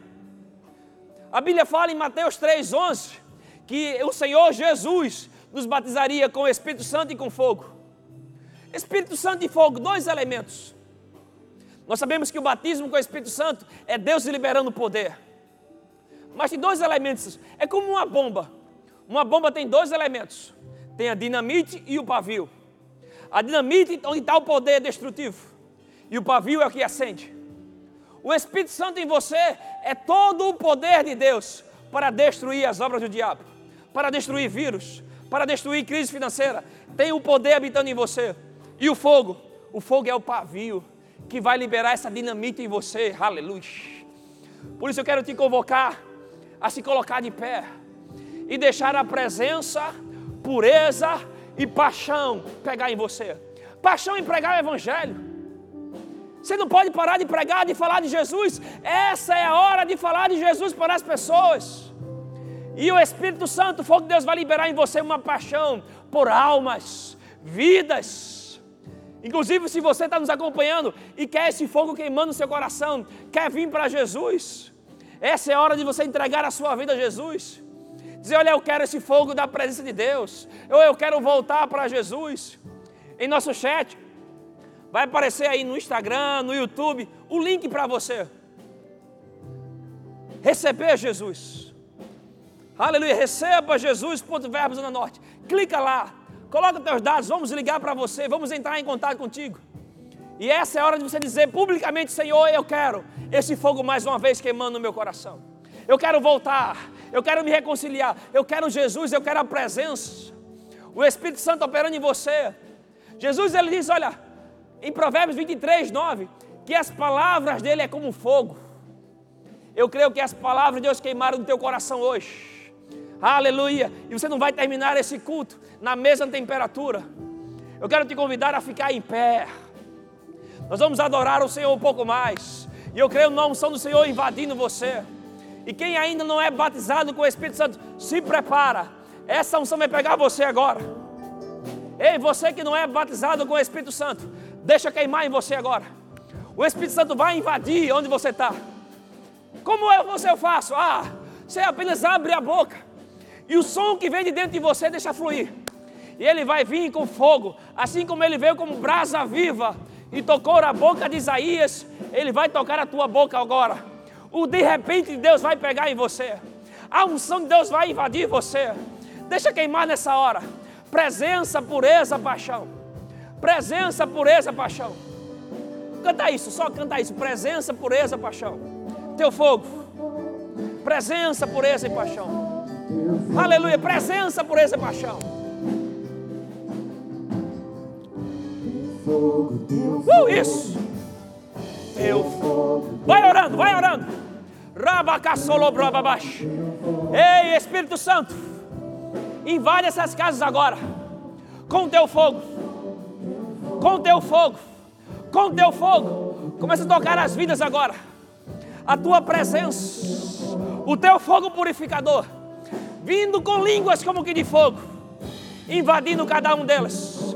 A Bíblia fala em Mateus 3,11, que o Senhor Jesus nos batizaria com o Espírito Santo e com fogo. Espírito Santo e fogo, 2 elementos. Nós sabemos que o batismo com o Espírito Santo é Deus liberando poder. Mas tem 2 elementos, é como uma bomba. Uma bomba tem 2 elementos, tem a dinamite e o pavio. A dinamite onde está o poder destrutivo, e o pavio é o que acende. O Espírito Santo em você é todo o poder de Deus para destruir as obras do diabo, para destruir vírus, para destruir crise financeira. Tem o poder habitando em você. E o fogo é o pavio que vai liberar essa dinamite em você. Aleluia. Por isso eu quero te convocar a se colocar de pé e deixar a presença, pureza e paixão pegar em você. Paixão em pregar o Evangelho. Você não pode parar de pregar, de falar de Jesus. Essa é a hora de falar de Jesus para as pessoas. E o Espírito Santo, o fogo de Deus vai liberar em você uma paixão por almas, vidas. Inclusive, se você está nos acompanhando e quer esse fogo queimando no seu coração, quer vir para Jesus, essa é a hora de você entregar a sua vida a Jesus. Dizer, olha, eu quero esse fogo da presença de Deus. Eu quero voltar para Jesus. Em nosso chat, vai aparecer aí no Instagram, no YouTube, o link para você receber Jesus. Aleluia, receba Jesus, Verbo Zona Norte. Clica lá, Coloca teus dados, vamos ligar para você, vamos entrar em contato contigo. E essa é a hora de você dizer publicamente: Senhor, eu quero esse fogo mais uma vez queimando no meu coração. Eu quero voltar, eu quero me reconciliar, eu quero Jesus, eu quero a presença, o Espírito Santo operando em você. Jesus, ele diz, olha, em Provérbios 23, 9, que as palavras dele é como fogo. Eu creio que as palavras de Deus queimaram no teu coração hoje. Aleluia. E você não vai terminar esse culto na mesma temperatura. Eu quero te convidar a ficar em pé. Nós vamos adorar o Senhor um pouco mais. E eu creio na unção do Senhor invadindo você. E quem ainda não é batizado com o Espírito Santo, se prepara. Essa unção vai pegar você agora. Ei, você que não é batizado com o Espírito Santo, deixa queimar em você agora. O Espírito Santo vai invadir onde você está. Como eu faço? Você apenas abre a boca. E o som que vem de dentro de você deixa fluir. E ele vai vir com fogo. Assim como ele veio como brasa viva e tocou a boca de Isaías, ele vai tocar a tua boca agora. O de repente de Deus vai pegar em você. A unção de Deus vai invadir você. Deixa queimar nessa hora. Presença, pureza, paixão. Presença, pureza, paixão. Canta isso, só canta isso. Presença, pureza, paixão. Teu fogo. Presença, pureza e paixão. Aleluia. Presença, pureza e paixão. Isso. Teu fogo. Vai orando, vai orando. Ei, Espírito Santo, invade essas casas agora, com teu fogo, com teu fogo, com teu fogo. Começa a tocar as vidas agora, a tua presença, o teu fogo purificador, vindo com línguas como que de fogo, invadindo cada um delas.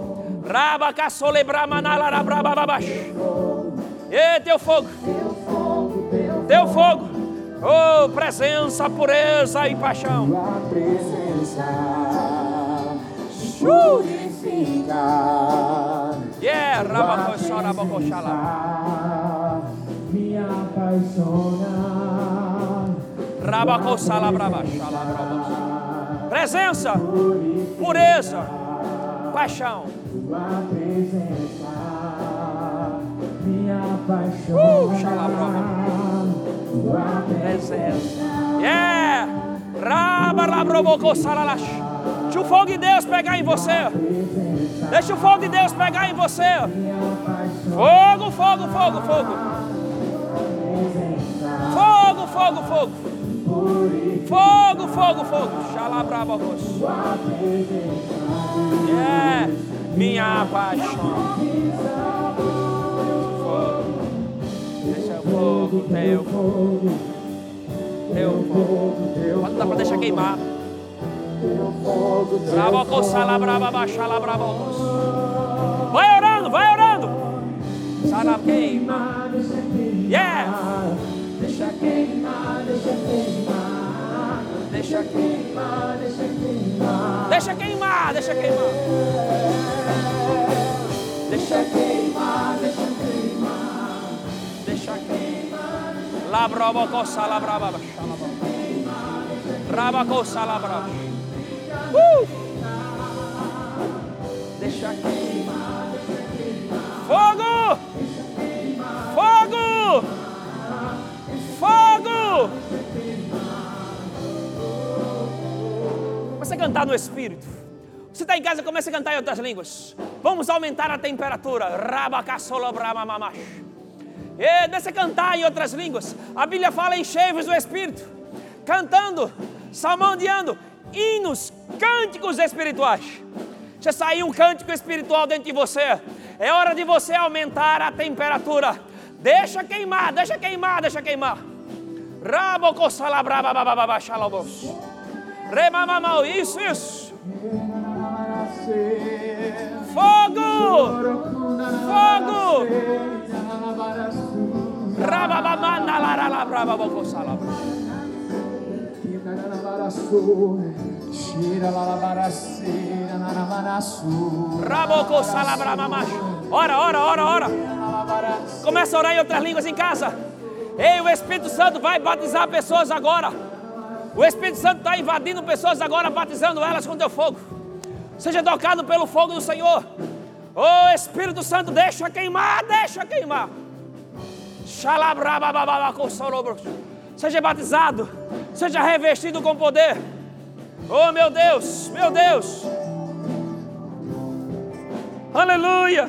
Ei, teu fogo, teu fogo. Oh, presença, pureza e paixão. Tua presença purifica. Me apaixona. Presença, pureza, paixão. Tua presença me apaixona. Presença. Deixa o fogo de Deus pegar em você. Deixa o fogo de Deus pegar em você. Fogo, fogo, fogo, fogo. Fogo, fogo, fogo. Fogo, fogo, fogo. Minha paixão. Deixa o fogo, teu fogo. Teu fogo. Pode dar para deixar queimar. Vai orando, vai orando. Sarab queima. Deixa queimar, deixa queimar. Deixa queimar, deixa queimar. Deixa queimar, deixa queimar. Deixa queimar, deixa queimar. Deixa queimar. Labrabocosa, labrababa. Rabacosa, labraba. Deixa queimar. Fogo! Fogo! Fogo! Começa a cantar no Espírito. Você está em casa, começa a cantar em outras línguas. Vamos aumentar a temperatura. E deixa cantar em outras línguas. A Bíblia fala em cheios do Espírito. Cantando, salmodiando, hinos, cânticos espirituais. Deixa sair um cântico espiritual dentro de você. É hora de você aumentar a temperatura. Deixa queimar, deixa queimar, deixa queimar. Remamamau, isso, isso. Fogo! Fogo! Rababamana la brababocosala. Ora, ora, ora, ora. Começa a orar em outras línguas em casa. Ei, o Espírito Santo vai batizar pessoas agora. O Espírito Santo está invadindo pessoas agora, batizando elas com teu fogo. Seja tocado pelo fogo do Senhor. Oh Espírito Santo, deixa queimar, deixa queimar. Seja batizado, seja revestido com poder. Oh meu Deus, meu Deus. Aleluia.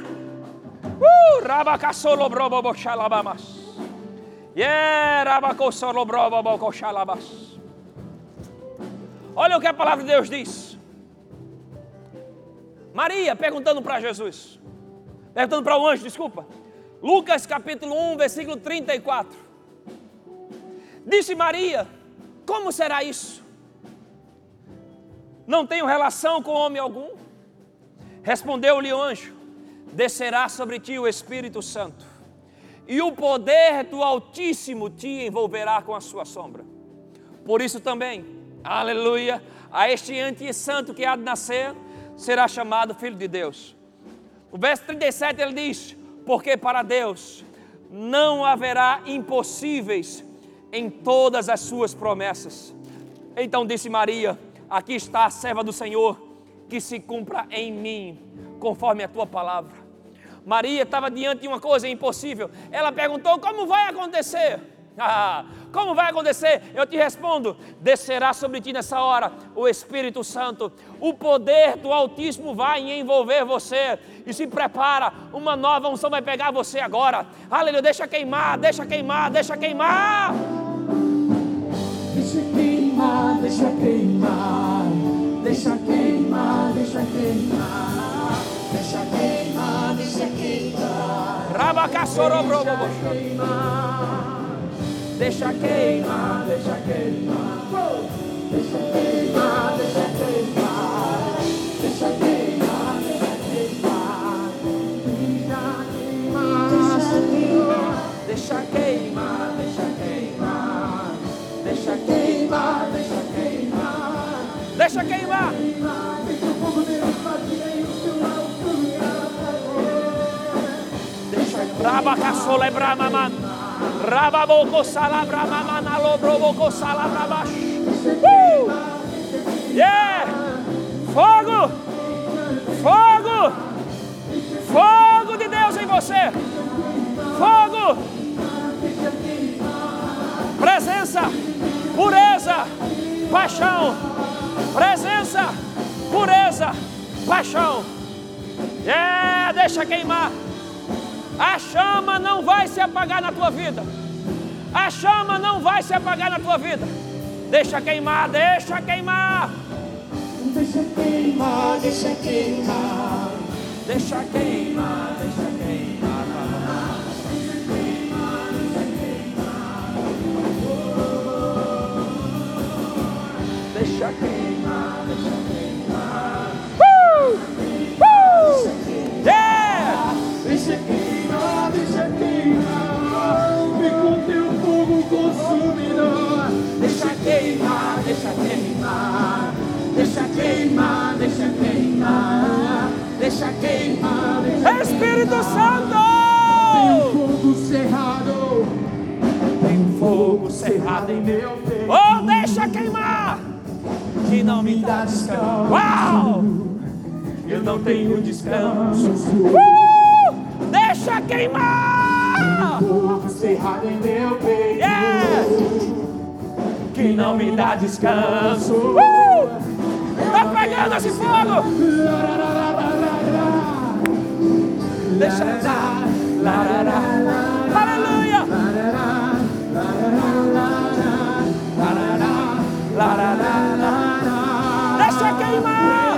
Olha o que a palavra de Deus diz. Maria perguntando para Jesus, perguntando para o anjo, desculpa. Lucas capítulo 1, versículo 34. Disse Maria: como será isso? Não tenho relação com homem algum. Respondeu-lhe o anjo: descerá sobre ti o Espírito Santo, e o poder do Altíssimo te envolverá com a sua sombra. Por isso também, aleluia, a este anti-santo que há de nascer, será chamado Filho de Deus. O verso 37 ele diz: porque para Deus não haverá impossíveis em todas as suas promessas. Então disse Maria: aqui está a serva do Senhor, que se cumpra em mim, conforme a tua palavra. Maria estava diante de uma coisa impossível. Ela perguntou: como vai acontecer? Como vai acontecer? Eu te respondo: descerá sobre ti nessa hora o Espírito Santo. O poder do Altíssimo vai envolver você. E se prepara, uma nova unção vai pegar você agora. Aleluia, deixa queimar, deixa queimar, deixa queimar. Deixa queimar, deixa queimar. Deixa queimar, deixa queimar. Deixa queimar, deixa queimar. Rabacassorobrobô. Deixa queimar, deixa queimar. Deixa queimar, deixa queimar. Deixa queimar, deixa queimar. Deixa queimar, deixa queimar. Deixa queimar, deixa queimar. Deixa queimar. Deixa o fogo dele invadir o seu alto. Rabacassolebramaman. Rababoko salabramamana lobroboko salabrabash. Yeah! Fogo! Fogo! Fogo de Deus em você! Fogo! Presença, pureza, paixão. Presença, pureza, paixão. Yeah! Deixa queimar. A chama não vai se apagar na tua vida. A chama não vai se apagar na tua vida. Deixa queimar, deixa queimar. Deixa queimar, deixa queimar. Deixa queimar, deixa queimar. Deixa queimar, deixa queimar. Yeah! Deixa queimar, deixa queimar. Vem com teu fogo consumidor. Deixa queimar, deixa queimar. Deixa queimar, deixa queimar. Deixa queimar, deixa queimar. Espírito Santo! Tem fogo cerrado. Tem fogo cerrado em meu peito. Oh, deixa queimar! Que não me dá descanso. Uau! Eu não tenho descanso. Deixa queimar! Fogo cerrado em meu peito. Yeah! Que não me dá descanso. Tá pegando esse fogo! Deixa dar. Aleluia! Deixa queimar!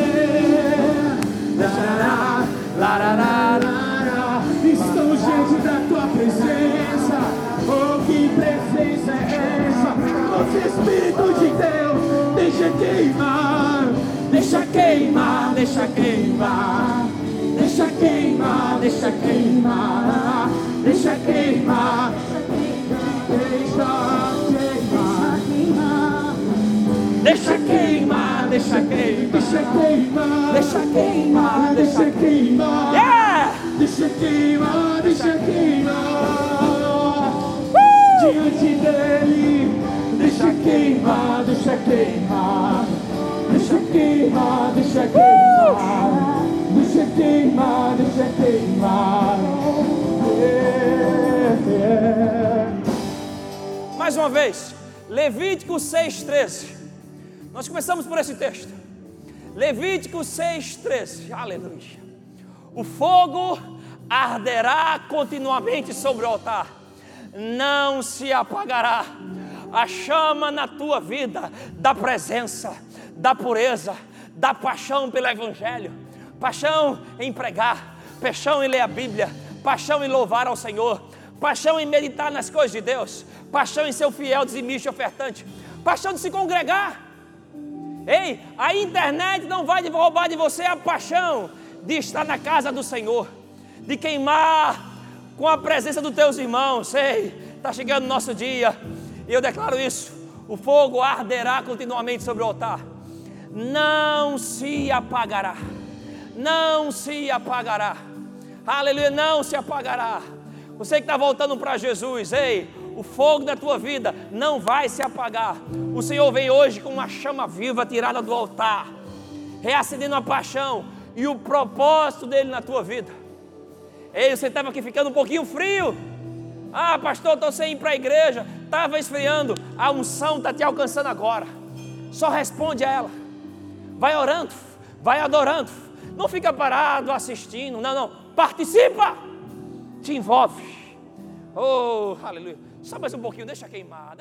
Estou diante da tua presença. Oh, que presença é essa? Nosso Espírito de Deus, deixa queimar. Deixa queimar, deixa queimar. Deixa queimar, deixa queimar. Deixa queimar. Deixa queimar. Deixa queimar, deixa queimar, deixa queimar, deixa queimar, Yeah! deixa queimar, deixa queimar, diante dele, deixa queimar, deixa queimar, deixa queimar, deixa queimar. uma vez, Levítico 6,13. Nós começamos por esse texto. Levítico 6,13. Aleluia. O fogo arderá continuamente sobre o altar, não se apagará. A chama na tua vida da presença, da pureza, da paixão pelo Evangelho, paixão em pregar, paixão em ler a Bíblia, paixão em louvar ao Senhor, paixão em meditar nas coisas de Deus, paixão em ser o fiel, dizimista e ofertante, paixão de se congregar. Ei, a internet não vai roubar de você a paixão de estar na casa do Senhor, de queimar com a presença dos teus irmãos. Ei, está chegando o nosso dia, e eu declaro isso: o fogo arderá continuamente sobre o altar, não se apagará, não se apagará, aleluia, não se apagará. Você que está voltando para Jesus, ei, o fogo da tua vida não vai se apagar. O Senhor vem hoje com uma chama viva tirada do altar, reacendendo a paixão e o propósito dele na tua vida. Ei, você estava aqui ficando um pouquinho frio. Ah, pastor, estou sem ir para a igreja. Estava esfriando. A unção está te alcançando agora. Só responde a ela. Vai orando, vai adorando. Não fica parado assistindo. Não. Participa. Te envolve. Oh, aleluia. Só mais um pouquinho, deixa queimar.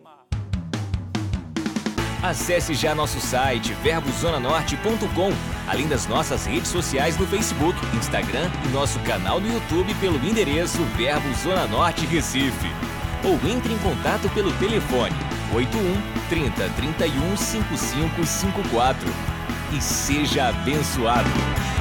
Acesse já nosso site verbozonanorte.com, além das nossas redes sociais no Facebook, Instagram e nosso canal no YouTube pelo endereço Verbo Zona Norte Recife. Ou entre em contato pelo telefone 81 30 31 5554 e seja abençoado.